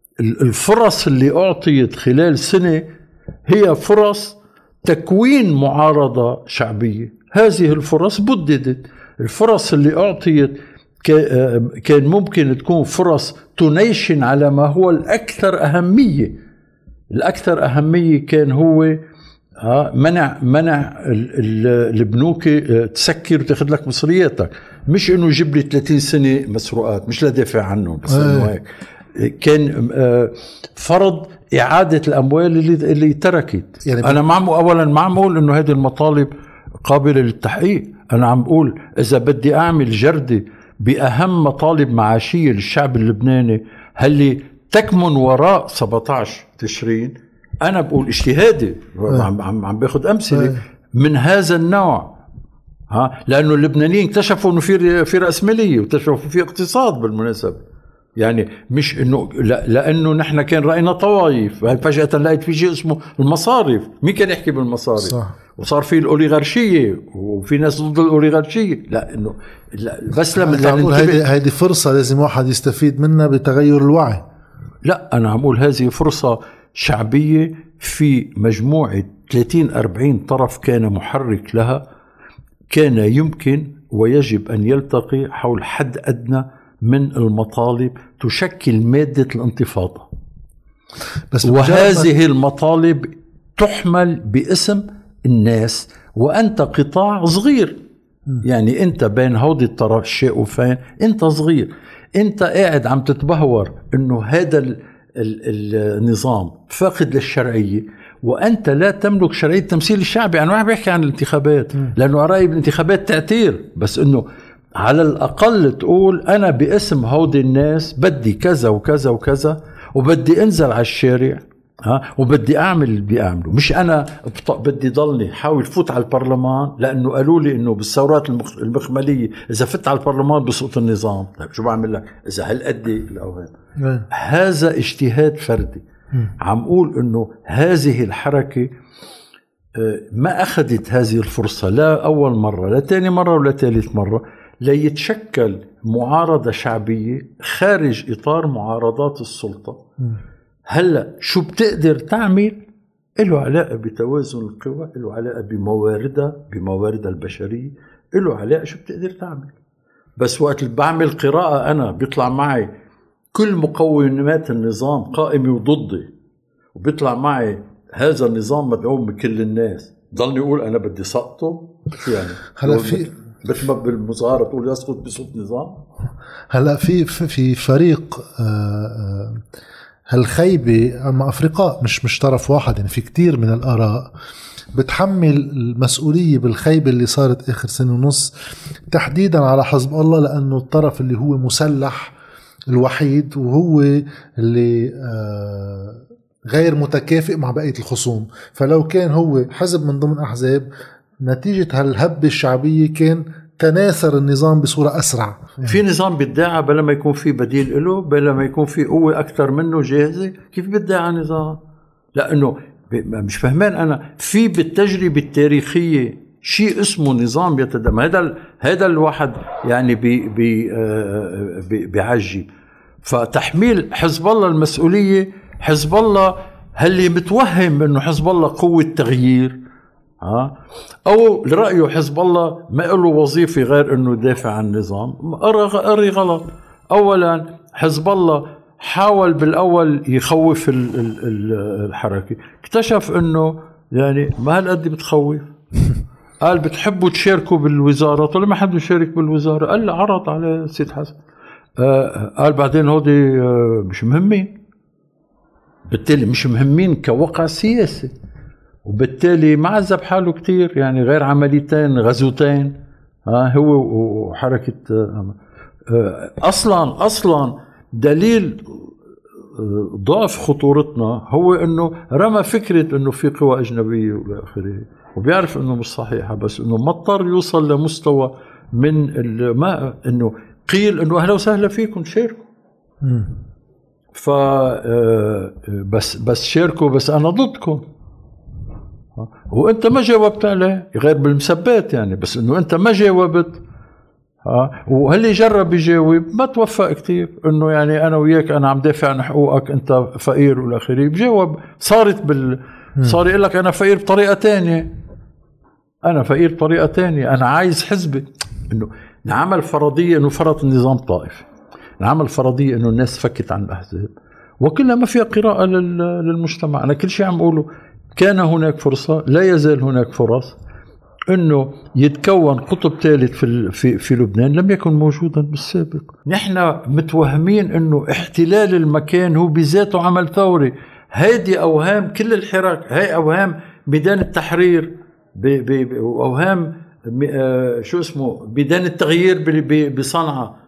الفرص اللي أعطيت خلال سنة هي فرص تكوين معارضة شعبية. هذه الفرص بددت. الفرص اللي أعطيت كان ممكن تكون فرص تنيشن على ما هو الأكثر أهمية. الأكثر أهمية كان هو منع منع البنوك تسكر وتاخذ لك مصرياتك، مش إنه يجيب لي ثلاثين سنة مسروقات، مش لا دافع عنه، بس إنه هيك كان فرض إعادة الأموال اللي اللي تركت. يعني أنا معمول أولا معمول إنه هذه المطالب قابلة للتحقيق. أنا عم بقول إذا بدي أعمل جردة بأهم مطالب معاشية للشعب اللبناني اللي تكمن وراء سبعة عشر تشرين. أنا بقول اجتهادي، عم عم عم باخد أمثلة من هذا النوع. ها، لأنه اللبنانيين اكتشفوا إنه في في رأسمالية، واكتشفوا في اقتصاد بالمناسبة. يعني مش إنه لا، لأنه نحن كان رأينا طوائف، فجأة لقيت في شيء اسمه المصارف. مين كان يحكي بالمصارف؟ صح. وصار في الأوليغارشية وفي ناس ضد الأوليغارشية. لا إنه لا، بس لما هيدي هيدي فرصة لازم واحد يستفيد منها بتغير الوعي. لا، أنا عم أقول هذه فرصة شعبية في مجموعة ثلاثين أربعين طرف كان محرك لها، كان يمكن ويجب أن يلتقي حول حد أدنى من المطالب تشكل مادة الانتفاضة. بس وهذه المطالب تحمل باسم الناس، وأنت قطاع صغير. يعني أنت بين هودي الطرف الشيء وفين أنت صغير، أنت قاعد عم تتبهور أنه هذا ال ال النظام فاقد للشرعية، وأنت لا تملك شرعية التمثيل الشعبي. يعني ما بيحكي عن الانتخابات لأنه رأيي بالانتخابات تعتير، بس أنه على الأقل تقول أنا باسم هودي الناس بدي كذا وكذا وكذا، وبدي انزل على الشارع، ها، وبدي أعمل اللي بدي أعمله. مش أنا بدي ضلني حاول فوت على البرلمان لأنه قالوا لي إنه بالثورات المخملية إذا فت على البرلمان بسقط النظام. طيب شو بعمل لك إذا هالقد الأوهام؟ هذا اجتهاد فردي. عم أقول إنه هذه الحركة ما أخذت هذه الفرصة لا أول مرة لا تاني مرة ولا ثالث مرة ليتشكل معارضة شعبية خارج إطار معارضات السلطة. هلأ شو بتقدر تعمل له علاقة بتوازن القوى، له علاقة بمواردها بمواردها البشرية، له علاقة شو بتقدر تعمل. بس وقت اللي بعمل قراءة أنا بيطلع معي كل مقومات النظام قائمة وضدي، وبيطلع معي هذا النظام مدعوم بكل الناس، ضلني يقول أنا بدي سقطه. يعني هلا في مثل ما بالمظاهرة تقول يسقط بصوت نظام. هلا في في فريق هالخيبة أما أفريقيا مش مش طرف واحد، يعني في كتير من الآراء بتحمل المسؤولية بالخيبة اللي صارت آخر سنة ونص تحديدا على حزب الله، لأنه الطرف اللي هو مسلح الوحيد وهو اللي غير متكافئ مع بقية الخصوم. فلو كان هو حزب من ضمن أحزاب، نتيجة هالهبة الشعبية كان تناثر النظام بصورة أسرع. في نظام بيدعى بلا ما يكون في بديل له، بلا ما يكون في قوة أكتر منه جاهزة، كيف بيدعى نظام؟ لأنه مش فهمان أنا في بالتجربة التاريخية شيء اسمه نظام يتدمر. هذا هذا الواحد يعني بي بي بي بيعجب. فتحميل حزب الله المسؤولية، حزب الله هل متوهم إنه حزب الله قوة تغيير، ها، أو لرأيه حزب الله ما له وظيفة غير إنه يدافع عن النظام. أري غلط. أولا حزب الله حاول بالأول يخوف الحركة، اكتشف إنه يعني ما هالقد بتخوف. قال بتحبوا تشاركوا بالوزارة، طلع ما حد يشارك بالوزارة. قال عرض على سيد حسن، آه قال بعدين هودي آه مش مهمين، بالتالي مش مهمين كوقع سياسي، وبالتالي معذب حاله كتير. يعني غير عمليتين غزوتين، ها، هو وحركة آه أصلا أصلا دليل ضعف خطورتنا هو إنه رمى فكرة إنه في قوى أجنبية وإلى آخره، وبيعرف إنه مش صحيحة، بس إنه ما اضطر يوصل لمستوى من ما إنه قيل إنه أهلا وسهلا فيكم شاركوا. ف بس بس شاركوا، بس أنا ضدكم، وأنت ما جاوبت عليه غير بالمثبات يعني، بس إنه أنت ما جاوبت. ها، وهاللي جرب يجاوب ما توفق كتير، إنه يعني أنا وياك أنا عم دافع عن حقوقك، أنت فقير والآخري. بجاوب صارت بال صار يقول لك أنا فقير بطريقة تانية، أنا فقير بطريقة تانية، أنا عايز حزبي. إنه نعمل فرضية إنه فرض النظام طائف، نعمل فرضية إنه الناس فكت عن الأحزاب، وكلها ما فيها قراءة للمجتمع. أنا كل شيء عم أقوله كان هناك فرصة، لا يزال هناك فرص إنه يتكون قطب ثالث في في في لبنان لم يكن موجودا بالسابق. نحن متوهمين إنه احتلال المكان هو بذاته عمل ثوري. هيدي أوهام كل الحراك، هاي أوهام ميدان التحرير، بأوهام شو اسمه ميدان التغيير بصنعاء،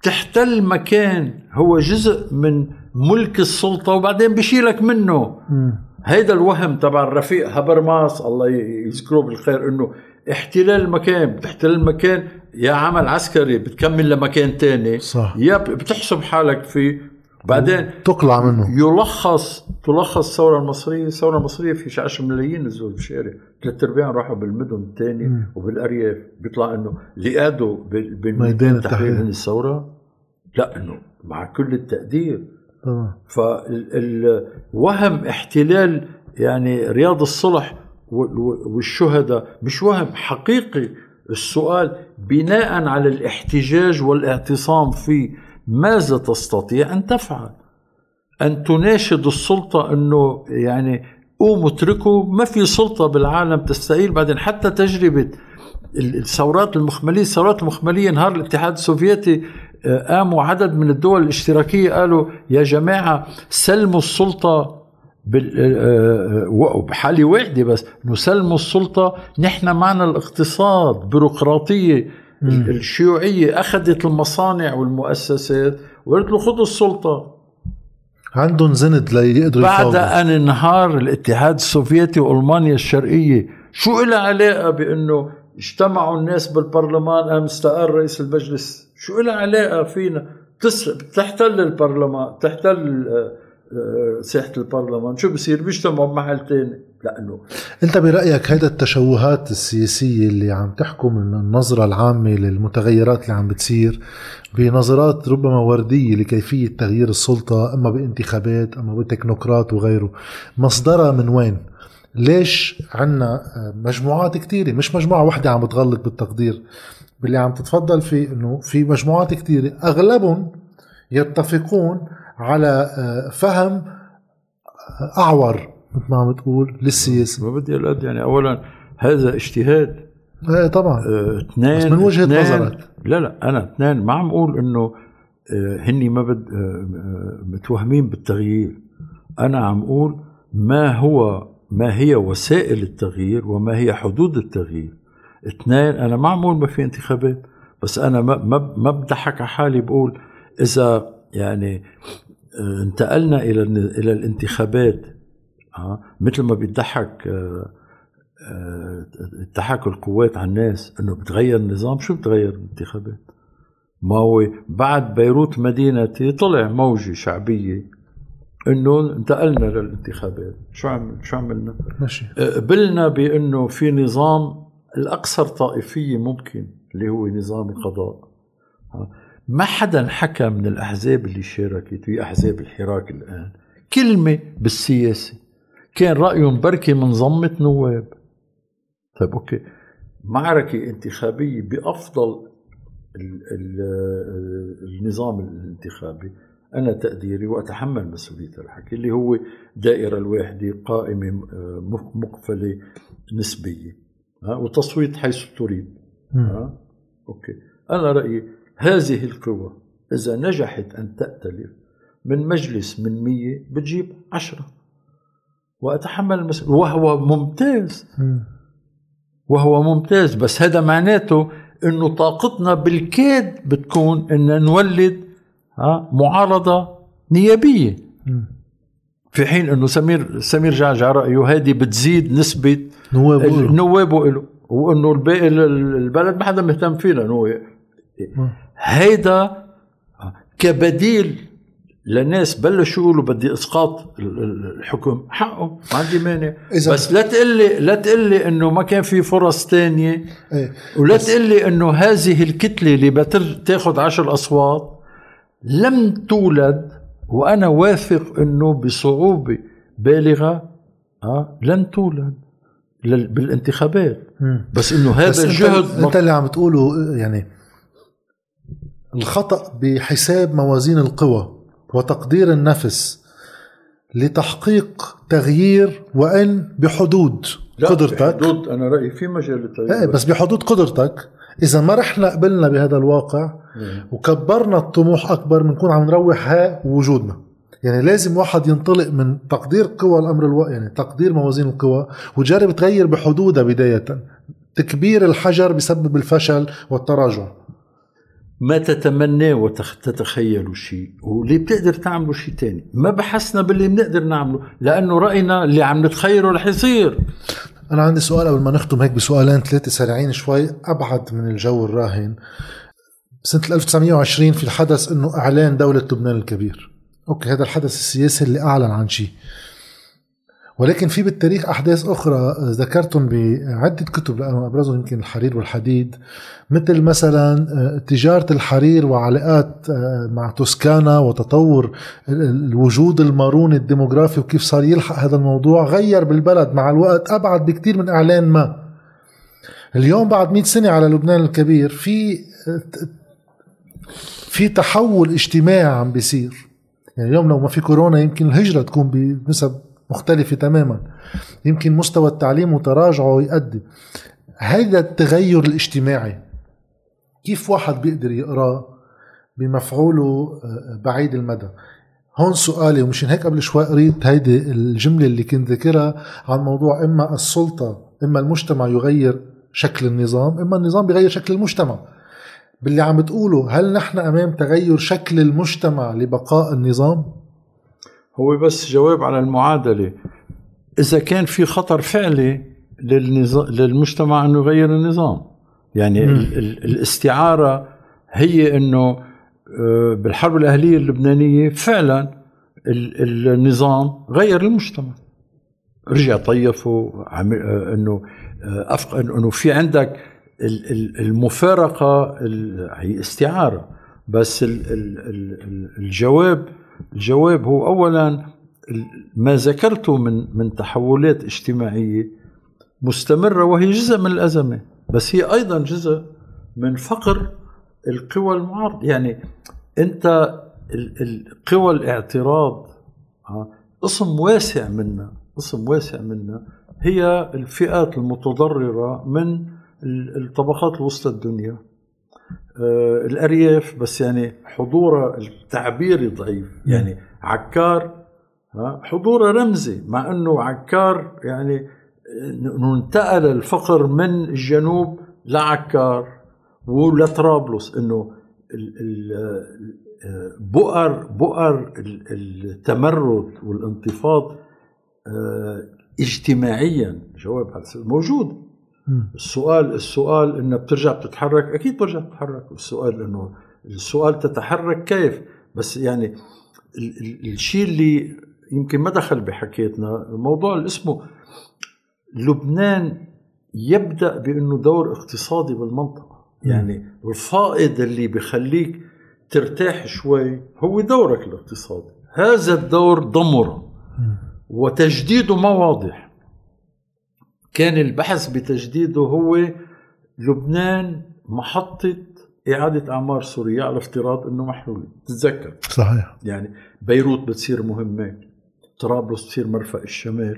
تحتل مكان هو جزء من ملك السلطة وبعدين بشيلك منه. هيدا الوهم تبع الرفيق هبرماس الله يذكره بالخير، انه احتلال المكان، بتحتل المكان يا عمل عسكري بتكمل لمكان تاني، صح. يا بتحسب حالك فيه بعدين تقلع منه. يلخص تلخص الثورة المصرية. الثورة المصرية في عشرة ملايين نزلوا بالشارع، ثلاث ارباع راحوا بالمدن الثانية وبالأرياف. بيطلع انه اللي قادوا بالميدان التحرير هن الثورة؟ لا، انه مع كل التقدير. آه. فالوهم احتلال يعني رياض الصلح والشهداء مش وهم حقيقي. السؤال بناء على الاحتجاج والاعتصام فيه ماذا تستطيع أن تفعل؟ أن تناشد السلطة أنه يعني قوموا اتركوا، ما في سلطة بالعالم تستقيل. بعدين حتى تجربة الثورات المخملية، الثورات المخملية نهار الاتحاد السوفيتي قاموا عدد من الدول الاشتراكية قالوا يا جماعة سلموا السلطة بحالة واحدة، بس نسلموا السلطة، نحن معنا الاقتصاد. بيروقراطية الشيوعية أخذت المصانع والمؤسسات وقالت له خذوا السلطة. عندهم زند ليقدروا بعد يفاوضوا. أن انهار الاتحاد السوفيتي وألمانيا الشرقية، شو إلها علاقة بأنه اجتمعوا الناس بالبرلمان قام استقر رئيس المجلس؟ شو إلها علاقة فينا؟ تحتل البرلمان، تحتل ساحة البرلمان، شو بصير؟ بيجتمعوا بمحل تاني. لأنه أنت برأيك هيدا التشوهات السياسية اللي عم تحكم النظرة العامة للمتغيرات اللي عم بتصير بنظرات ربما وردية لكيفية تغيير السلطة، أما بانتخابات أما بتكنوقراط وغيره، مصدرها من وين؟ ليش عنا مجموعات كتيرة، مش مجموعة واحدة عم بتغلق بالتقدير باللي عم تتفضل فيه، إنه في مجموعات كتيرة أغلبهم يتفقون على فهم أعور مثل ما عم تقول للسياسة؟ ما بدي أقول يعني أولا هذا اجتهاد. ايه طبعا. اه اثنين بس من وجهة نظرك. لا لا أنا اثنين ما عم أقول إنه اه هني ما بد اه متوهمين بالتغيير. أنا عم أقول ما هو ما هي وسائل التغيير وما هي حدود التغيير. اثنين أنا ما عم أقول ما في انتخابات، بس أنا ما ما ما بضحك على حالي بقول إذا يعني اه انتقلنا إلى إلى الانتخابات آه. مثل ما بيضحك آه آه تحاكي القوات على الناس انه بتغير النظام. شو بتغير الانتخابات؟ ما هو بعد بيروت مدينتي طلع موجة شعبية انه انتقلنا للانتخابات. شو عمل شو عملنا؟ ماشي. قبلنا بانه في نظام الاكثر طائفية ممكن اللي هو نظام القضاء. آه. ما حدا حكى من الاحزاب اللي شاركت في احزاب الحراك الان كلمة بالسياسة. كان رأيهم بركي منظمة نواب. طيب أوكي، معركة انتخابية بأفضل ال ال النظام الانتخابي أنا تقديري وأتحمل مسؤولية الحكي اللي هو دائرة الواحدة قائمة مقفلة نسبية ها وتصويت حيث تريد. ها أوكي، أنا رأيي هذه القوى إذا نجحت أن تأتلف من مجلس من مية بتجيب عشرة وأتحمل المسؤولية، وهو ممتاز. وهو ممتاز، بس هذا معناته إنه طاقتنا بالكاد بتكون إن نولد معارضة نيابية، في حين إنه سمير سمير جعجع رأيه هذه بتزيد نسبة نوابه له، وإنه الباقي البلد ما حدا مهتم فيه لأنه هيدا كبديل للناس بلشوا يقولوا بدي اسقاط الحكم. حقه، ما عندي مانع، بس لا تقلي لا تقلي انه ما كان في فرص تانية. ايه ولا تقلي انه هذه الكتلة اللي بتاخد عشر اصوات لم تولد، وانا واثق انه بصعوبة بالغة اه لن تولد بالانتخابات. بس انه هذا الجهد انت, انت اللي عم تقوله يعني الخطأ بحساب موازين القوى وتقدير النفس لتحقيق تغيير، وإن بحدود قدرتك. بحدود أنا رأيي في مجال للتغيير، بس بحدود قدرتك. إذا ما رحنا قبلنا بهذا الواقع مم. وكبرنا الطموح أكبر بنكون عم نروح ها وجودنا. يعني لازم واحد ينطلق من تقدير قوى الأمر الواقع، يعني تقدير موازين القوى، وجرب تغير بحدودها بداية. تكبير الحجر بسبب الفشل والتراجع. ما تتمناه وتتخيلوا شيء واللي بتقدر تعملوا شيء تاني. ما بحسنا باللي بنقدر نعمله لأنه رأينا اللي عم نتخيله رح يصير. أنا عندي سؤال قبل ما نختم هيك بسؤالين ثلاثة سريعين شوي أبعد من الجو الراهن. سنة ألف وتسعمية وعشرين في الحدث إنه إعلان دولة لبنان الكبير. أوكي هذا الحدث السياسي اللي أعلن عن شيء، ولكن في بالتاريخ أحداث أخرى ذكرتهم بعدة كتب لأنه أبرزهم يمكن الحرير والحديد، مثل مثلا تجارة الحرير وعلاقات مع توسكانا وتطور الوجود الماروني الديموغرافي وكيف صار يلحق هذا الموضوع، غير بالبلد مع الوقت أبعد بكتير من إعلان ما. اليوم بعد مئة سنة على لبنان الكبير في في تحول اجتماعي عم بيصير. يعني اليوم لو ما في كورونا يمكن الهجرة تكون بنسب مختلفة تماما، يمكن مستوى التعليم وتراجعه يؤدي. هذا التغير الاجتماعي كيف واحد بيقدر يقرأ بمفعوله بعيد المدى؟ هون سؤالي، ومشان هيك قبل شوي قريت هيدي الجملة اللي كنت ذكرها عن موضوع إما السلطة إما المجتمع يغير شكل النظام، إما النظام بيغير شكل المجتمع. باللي عم بتقوله هل نحن أمام تغير شكل المجتمع لبقاء النظام؟ هو بس جواب على المعادلة. إذا كان في خطر فعلي للنظام للمجتمع أنه يغير النظام، يعني ال ال الاستعارة هي أنه بالحرب الأهلية اللبنانية فعلا النظام غير المجتمع، رجع طيفه أنه أفق أنه في عندك المفارقة، هي استعارة. بس الجواب الجواب هو أولا ما ذكرته من من تحولات اجتماعية مستمرة وهي جزء من الأزمة، بس هي أيضا جزء من فقر القوى المعارضة. يعني أنت القوى الاعتراض قسم واسع منا قسم واسع منا هي الفئات المتضررة من الطبقات الوسطى الدنيا، الأرياف، بس يعني حضوره التعبيري ضعيف. يعني عكار حضوره رمزي، مع أنه عكار يعني انتقل الفقر من الجنوب لعكار ولطرابلس، أنه بؤر بؤر التمرد والانتفاض اجتماعيا جواب موجود. السؤال السؤال إنه بترجع بتتحرك، أكيد بترجع بتتحرك. السؤال إنه السؤال تتحرك كيف. بس يعني ال ال الشيء اللي يمكن ما دخل بحكيتنا الموضوع اللي اسمه لبنان يبدأ بأنه دور اقتصادي بالمنطقة. يعني الفائض اللي بيخليك ترتاح شوي هو دورك الاقتصادي. هذا الدور ضمره وتجديده ما واضح. كان البحث بتجديده هو لبنان محطة إعادة أعمار سوريا على افتراض أنه محلولة. تتذكر صحيح، يعني بيروت بتصير مهمة، طرابلس بتصير مرفأ الشمال،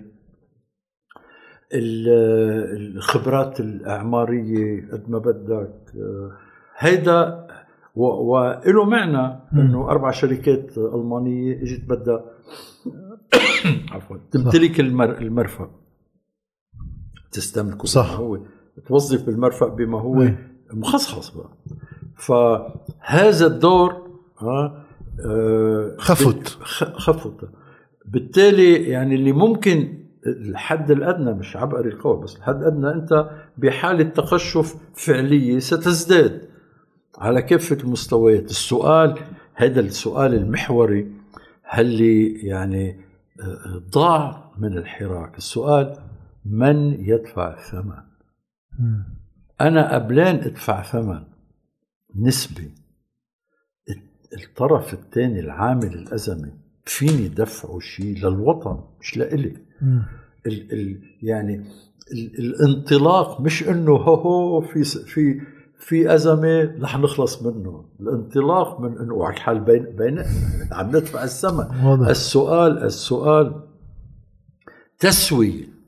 الخبرات الأعمارية قد ما بدك هيدا، وإله معنى أنه أربع شركات ألمانية اجت بدها عفوا تمتلك المرفأ، تستملكه، صح، هو توظف بالمرفأ بما هو مم. مخصص بقى. فهذا الدور ها خفت خفت بالتالي يعني اللي ممكن الحد الأدنى، مش عبقري القول بس الحد الأدنى، أنت بحالة تقشف فعلية ستزداد على كافة المستويات. السؤال هذا السؤال المحوري هل يعني ضاع من الحراك. السؤال من يدفع الثمن؟ أنا قبلان أدفع ثمن نسبي، الطرف الثاني العامل الأزمة فيني دفعه شيء للوطن مش لإلي. ال ال يعني ال الانطلاق مش إنه هو هو في في في أزمة رح نخلص منه. الانطلاق من إنه وعك حال بين بين عم ندفع الثمن. السؤال السؤال تسوية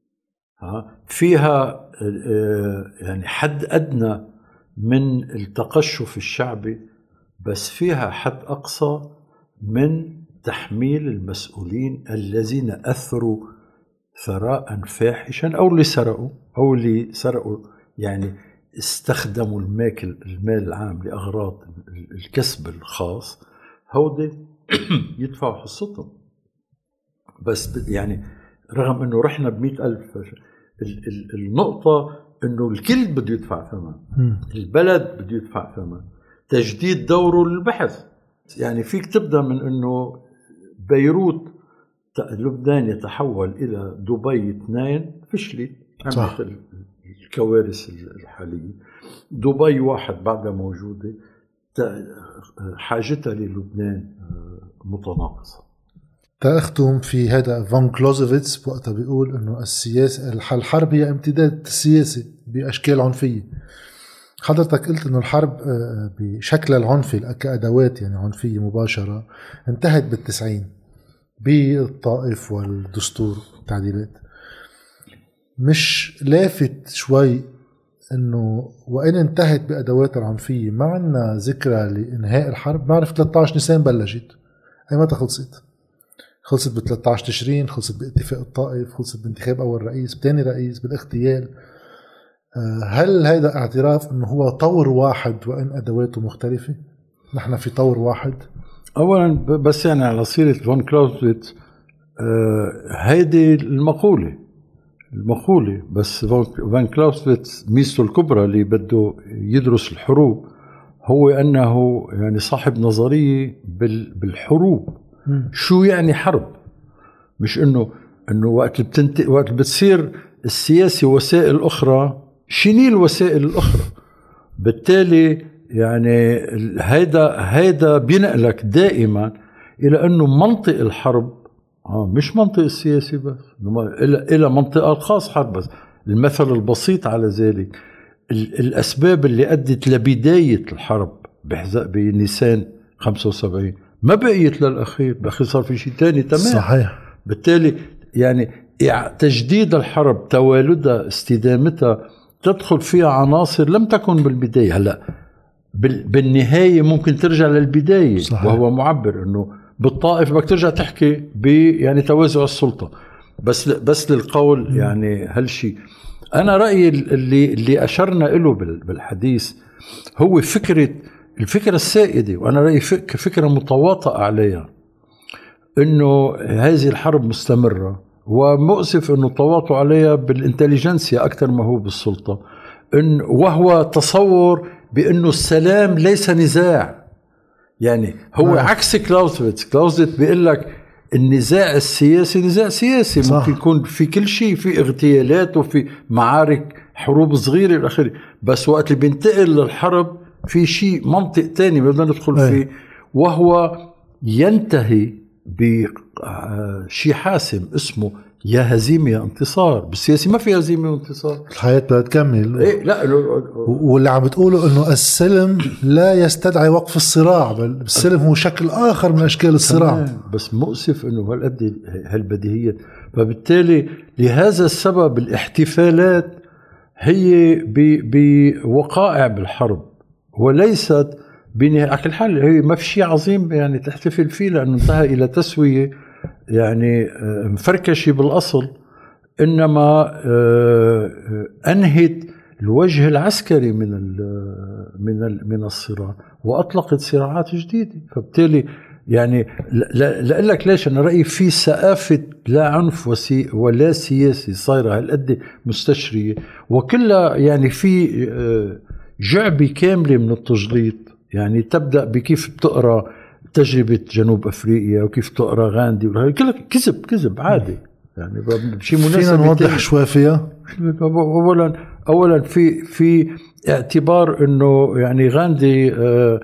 فيها يعني حد أدنى من التقشف الشعبي، بس فيها حد أقصى من تحميل المسؤولين الذين أثروا ثراء فاحشا أو اللي سرقوا أو اللي سرقوا يعني استخدموا المال المال العام لأغراض الكسب الخاص هودي يدفعوا حصتهم. بس يعني رغم انه رحنا بمئة ألف، النقطة انه الكل بده يدفع ثمن، البلد بده يدفع ثمن، تجديد دوره للبحث. يعني فيك تبدأ من انه بيروت لبنان يتحول الى دبي اثنين فشلت، عملت الكوارث الحالية. دبي واحد بعدها موجودة، حاجتها للبنان متناقصة. تأختم في هذا فان كلوزوفيتس وقتها بيقول انه السياسة الحرب هي امتداد السياسة بأشكال عنفية. حضرتك قلت انه الحرب بشكل العنفي كأدوات يعني عنفية مباشرة انتهت بالتسعين بالطائف والدستور والتعديلات. مش لافت شوي انه وان انتهت بأدوات العنفية ما عنا ذكرى لإنهاء الحرب؟ نعرف ثلاثة عشر نيسان بلشت، اي متى خلصت؟ خلصت ب ثلاثة عشر تشرين، خلصت باتفاق الطائف، خلصت بانتخاب أول رئيس، بتاني رئيس، بالاغتيال. هل هذا اعتراف أنه هو طور واحد وإن أدواته مختلفة؟ نحن في طور واحد. أولا بس يعني على صيرة فان كلاوزويتس، هيدي المقولة المقولة بس فان كلاوزويتس ميزته الكبرى اللي بده يدرس الحروب هو أنه يعني صاحب نظرية بالحروب. شو يعني حرب؟ مش انه انه وقت بتنت... وقت بتصير السياسة وسائل اخرى، شني الوسائل الاخرى؟ بالتالي يعني هيدا هيدا بينقلك دائما الى انه منطق الحرب اه مش منطق السياسي بس، الى الى منطقة الخاص حرب بس. المثل البسيط على ذلك الاسباب اللي ادت لبداية الحرب بحزق بنيسان خمسة وسبعين ما بقيت للأخير، بأخير صار في شيء تاني تمام. صحيح. بالتالي يعني تجديد الحرب، توالدها، استدامتها، تدخل فيها عناصر لم تكن بالبداية. هلأ بالنهاية ممكن ترجع للبداية. صحيح. وهو معبر أنه بالطائف بدك ترجع تحكي ب يعني توازع السلطة، بس بس للقول يعني هالشيء. أنا رأيي اللي اللي أشرنا له بالحديث هو فكرة الفكرة السائدة، وأنا رأيي فكرة متواطئة عليها، إنه هذه الحرب مستمرة، ومؤسف إنه تواطؤ عليها بالإنتليجنسيا أكثر ما هو بالسلطة، إن وهو تصور بأنه السلام ليس نزاع. يعني هو آه. عكس كلاوزويتس. كلاوزويتس بيقول لك النزاع السياسي نزاع سياسي. صح. ممكن يكون في كل شيء، في اغتيالات وفي معارك حروب صغيرة الأخير، بس وقت اللي بينتقل للحرب في شيء منطق تاني بدنا ندخل أيه. فيه، وهو ينتهي بشيء حاسم اسمه يا هزيمة يا انتصار. بالسياسة ما في هزيمة وانتصار، الحياة بدها تكمل. إيه لا واللي عم بتقوله انه السلم لا يستدعي وقف الصراع، بل السلم هو شكل اخر من اشكال الصراع. بس مؤسف انه هالقد هالبديهية. فبالتالي لهذا السبب الاحتفالات هي بوقائع بالحرب وليست بنهاية. على كل حال هي ما في شيء عظيم يعني تحتفل فيه، لأنه انتهى إلى تسوية يعني مفركشة بالأصل، إنما أنهت الوجه العسكري من من من الصراع وأطلقت صراعات جديدة. فبالتالي يعني لأقول لك ليش أنا رأيي في سقافة لا عنف وسي ولا سياسي صايرة هالقد مستشرية، وكلها يعني في جعبة كاملة من التجليط. يعني تبدأ بكيف بتقرأ تجربة جنوب أفريقيا وكيف تقرأ غاندي، كلها كذب كذب عادي. يعني بشي مناسبة فينا نوضح شوي فيها. أولا أولا في في اعتبار إنه يعني غاندي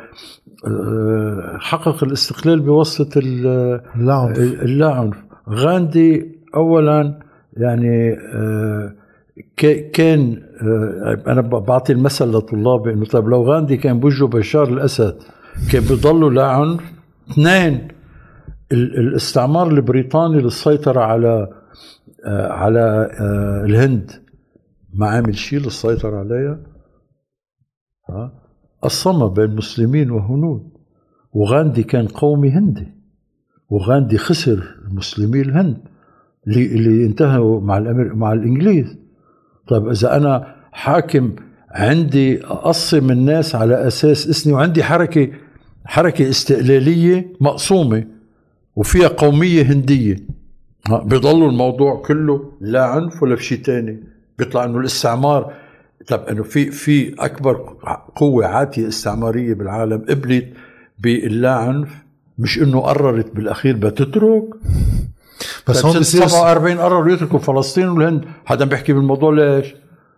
حقق الاستقلال بواسطة اللاعنف. غاندي أولا يعني كان أنا بعطي المثل لطلابي إنه طيب لو غاندي كان بوجه بشار الأسد كان بيضلوا لاعنف. اثنين، الاستعمار البريطاني للسيطرة على على الهند ما عامل شيء للسيطرة عليها. الصمة بين مسلمين وهنود، وغاندي كان قومي هندي، وغاندي خسر المسلمين الهند اللي اللي انتهوا مع الأمر مع الإنجليز. طيب إذا أنا حاكم عندي أقسم الناس على أساس إثني، وعندي حركة حركة استقلالية مقسومة وفيها قومية هندية. بيضلوا الموضوع كله لا عنف ولا في شيء تاني. بيطلع إنه الاستعمار، طب إنه في في أكبر قوة عاتية استعمارية بالعالم قبلت باللا عنف، مش إنه قررت بالأخير بتترك. بس هون بصير سبعة وأربعين قرروا يتركوا فلسطين والهند. حدا بيحكي بالموضوع ليش؟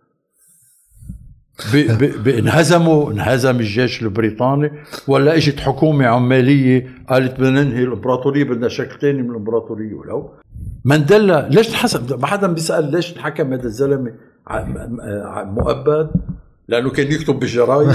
انهزموا انهزم الجيش البريطاني، ولا اجت حكومة عمالية قالت بدنا ننهي الامبراطورية، بدنا شكل تاني من الامبراطورية. ولو مانديلا ليش انحسب؟ ما حدا بيسأل ليش انحكم هذا الزلمة مؤبد؟ لأنه كان يكتب بالجرايد.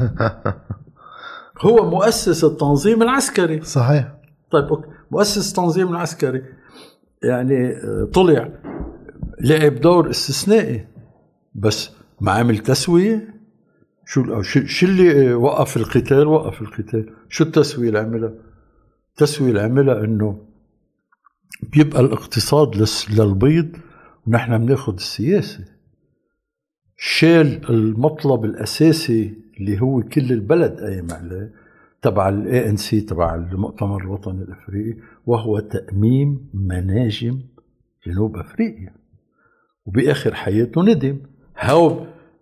هو مؤسس التنظيم العسكري. صحيح. طيب مؤسس التنظيم العسكري يعني طلع لعب دور استثنائي، بس ما عمل تسوية. شو شو اللي وقف القتال؟ وقف القتال. شو التسوية اللي عملها؟ التسوية اللي عملها انه بيبقى الاقتصاد للبيض ونحن بناخد السياسة. شال المطلب الاساسي اللي هو كل البلد قايم عليه تبع الاي ان سي، تبع المؤتمر الوطني الافريقي، وهو تأميم مناجم جنوب افريقيا. وباخر حياته ندم. هاو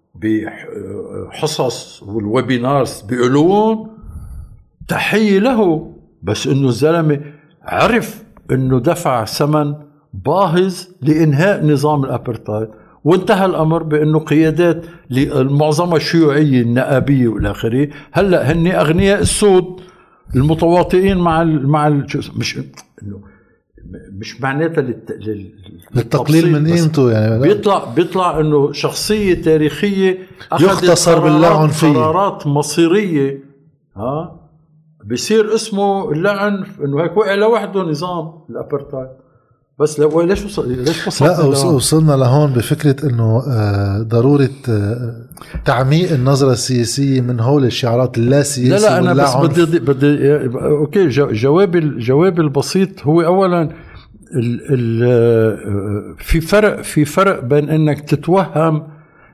بحصص والويبينارز بيقولون تحية له، بس انه الزلمة عرف انه دفع ثمن باهظ لانهاء نظام الابرتايد، وانتهى الامر بانه قيادات المعظمة الشيوعية النائبية والاخرين هلا هن اغنياء السود المتواطئين مع ال مع ال مش انه مش معناتها للت... للتقليل من قيمته يعني. بيطلع بيطلع انه شخصيه تاريخيه يختصر بالعنفيه، قرارات مصيريه، ها بيصير اسمه اللعنف، انه هيك وقع لوحده نظام الابرتايد. بس لو ليش وصل ليش وصلنا لا وصلنا لهون بفكره انه ضروره تعميق النظره السياسيه من هول الشعارات اللا سياسيه. لا لا انا بس بدي بدي اوكي جوابي الجواب البسيط هو اولا ال ال في فرق في فرق بين انك تتوهم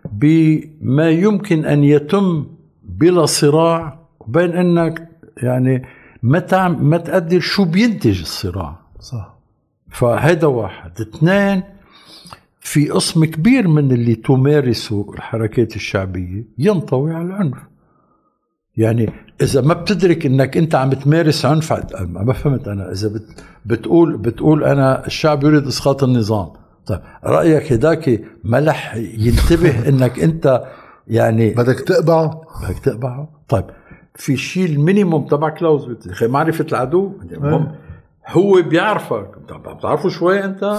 بما يمكن ان يتم بلا صراع، وبين انك يعني ما تعم ما تقدر شو بينتج الصراع. صح. فهذا واحد. اثنين، في قسم كبير من اللي تمارسوا الحركات الشعبية ينطوي على العنف. يعني إذا ما بتدرك إنك أنت عم تمارس عنف، ما فهمت أنا. إذا بت بتقول بتقول أنا الشعب يريد إسقاط النظام، طيب رأيك هداك ملح ينتبه إنك أنت يعني بدك تقبعه بدك تقبعه. طيب في شيء المينيموم تبع كلاوز معرفة العدو. يعني هو بيعرفك، بتعرفه شوي أنت.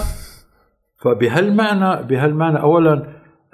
فبهالمعنى بهالمعنى أولا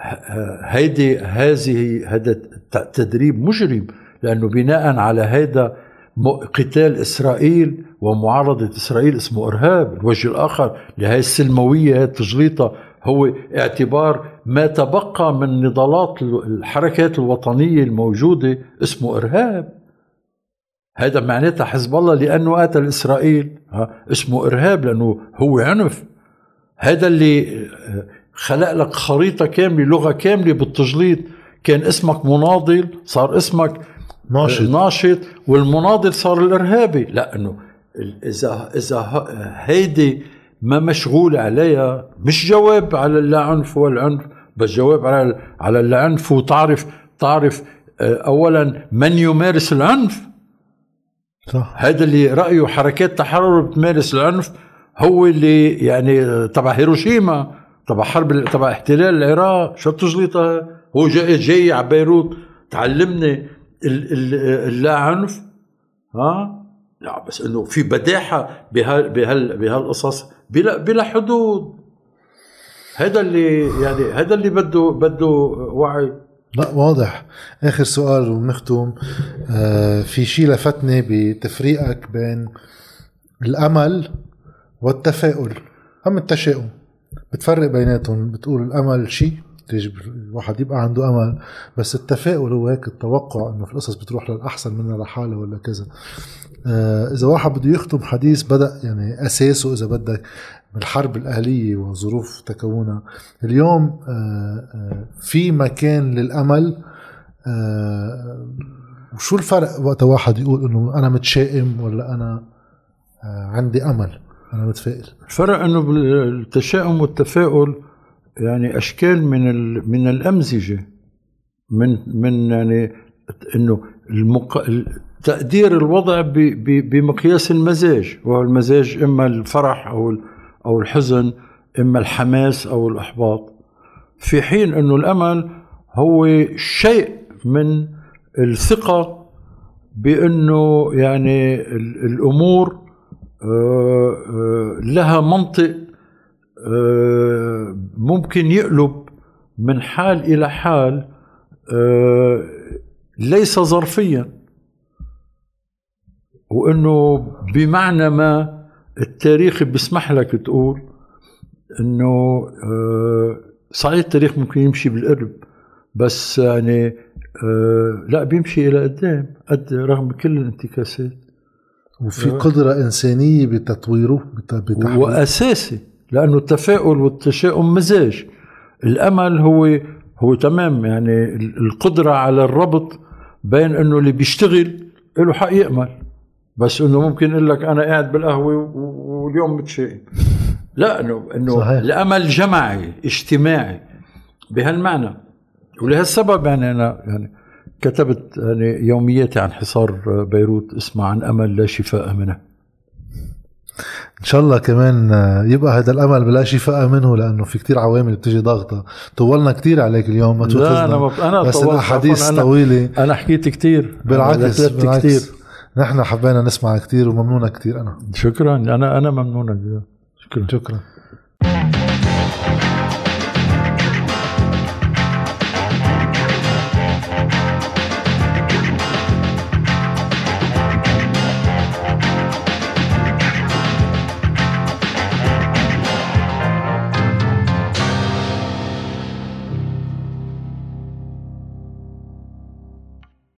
هيدي هذه هذا تدريب مجرم، لأنه بناء على هذا قتال إسرائيل ومعارضة إسرائيل اسمه إرهاب. الوجه الآخر لهذه السلموية التجليطة هو اعتبار ما تبقى من نضالات الحركات الوطنية الموجودة اسمه إرهاب. هذا معناتها حزب الله لأنه قاتل إسرائيل اسمه إرهاب، لأنه هو عنف. هذا اللي خلق لك خريطة كاملة، لغة كاملة بالتجليط. كان اسمك مناضل صار اسمك ناشط, ناشط والمناضل صار الإرهابي. لأنه إذا إذا هيدي ما مشغول عليها، مش جواب على العنف والعنف، بس جواب على على العنف. وتعرف تعرف أولا من يمارس العنف. صح. هذا اللي رأيه حركات تحرر بتمارس العنف هو اللي يعني تبع هيروشيما، تبع حرب تبع احتلال العراق. شو تجليطها؟ هو جاي جاي على بيروت تعلمني اللا عنف. ها لا بس انه في بداحة بهال بهال بهالقصص بلا بلا حدود. هذا اللي يعني هذا اللي بده بده وعي. لا واضح. آخر سؤال ونختم. آه في شيء لفتني بتفريقك بين الأمل والتفاؤل أم التشاؤم. بتفرق بيناتهم، بتقول الأمل شيء يجب الواحد يبقى عنده أمل، بس التفاؤل هو هيك التوقع إنه في القصص بتروح للأحسن منها لحالة ولا كذا. آه إذا واحد بده يختم حديث بدأ يعني أساسه إذا بدك بالحرب الأهلية وظروف تكونها. اليوم في مكان للأمل، وشو الفرق وقت واحد يقول إنه أنا متشائم ولا أنا عندي أمل أنا متفائل؟ الفرق إنه بالتشاؤم والتفاؤل يعني أشكال من من الأمزجة، من من يعني إنه المق... تقدير الوضع ب... ب... بمقياس المزاج، وهو المزاج إما الفرح أو أو الحزن، إما الحماس أو الإحباط، في حين إنه الأمل هو شيء من الثقة بأنه يعني الأمور لها منطق ممكن يقلب من حال إلى حال ليس ظرفيا، وأنه بمعنى ما التاريخ بيسمح لك تقول أنه صحيح التاريخ ممكن يمشي بالقرب، بس يعني لا بيمشي إلى قدام قد رغم كل الانتكاسات، وفي قدرة إنسانية بتطويره بتحويله، وأساسي، لأنه التفاؤل والتشاؤم مزاج. الأمل هو هو تمام يعني القدرة على الربط بين أنه اللي بيشتغل له حق يأمل، بس أنه ممكن يقول لك أنا قاعد بالقهوة واليوم متشائم، لا، أنه أنه الأمل جماعي اجتماعي بهالمعنى. ولهالسبب يعني أنا يعني كتبت يعني يومياتي عن حصار بيروت اسمها عن أمل لا شفاء منه. إن شاء الله كمان يبقى هذا الأمل بلا شفاء منه، لأنه في كتير عوامل بتجي ضغطة. طولنا كتير عليك اليوم، ما لا أنا مب... أنا بس الأحاديث طويلة. أنا حكيت كتير، بالعكس, بالعكس. كتير. نحن حبينا نسمع كتير وممنونة كتير. أنا شكرا، أنا أنا ممنونة. شكرا شكرا.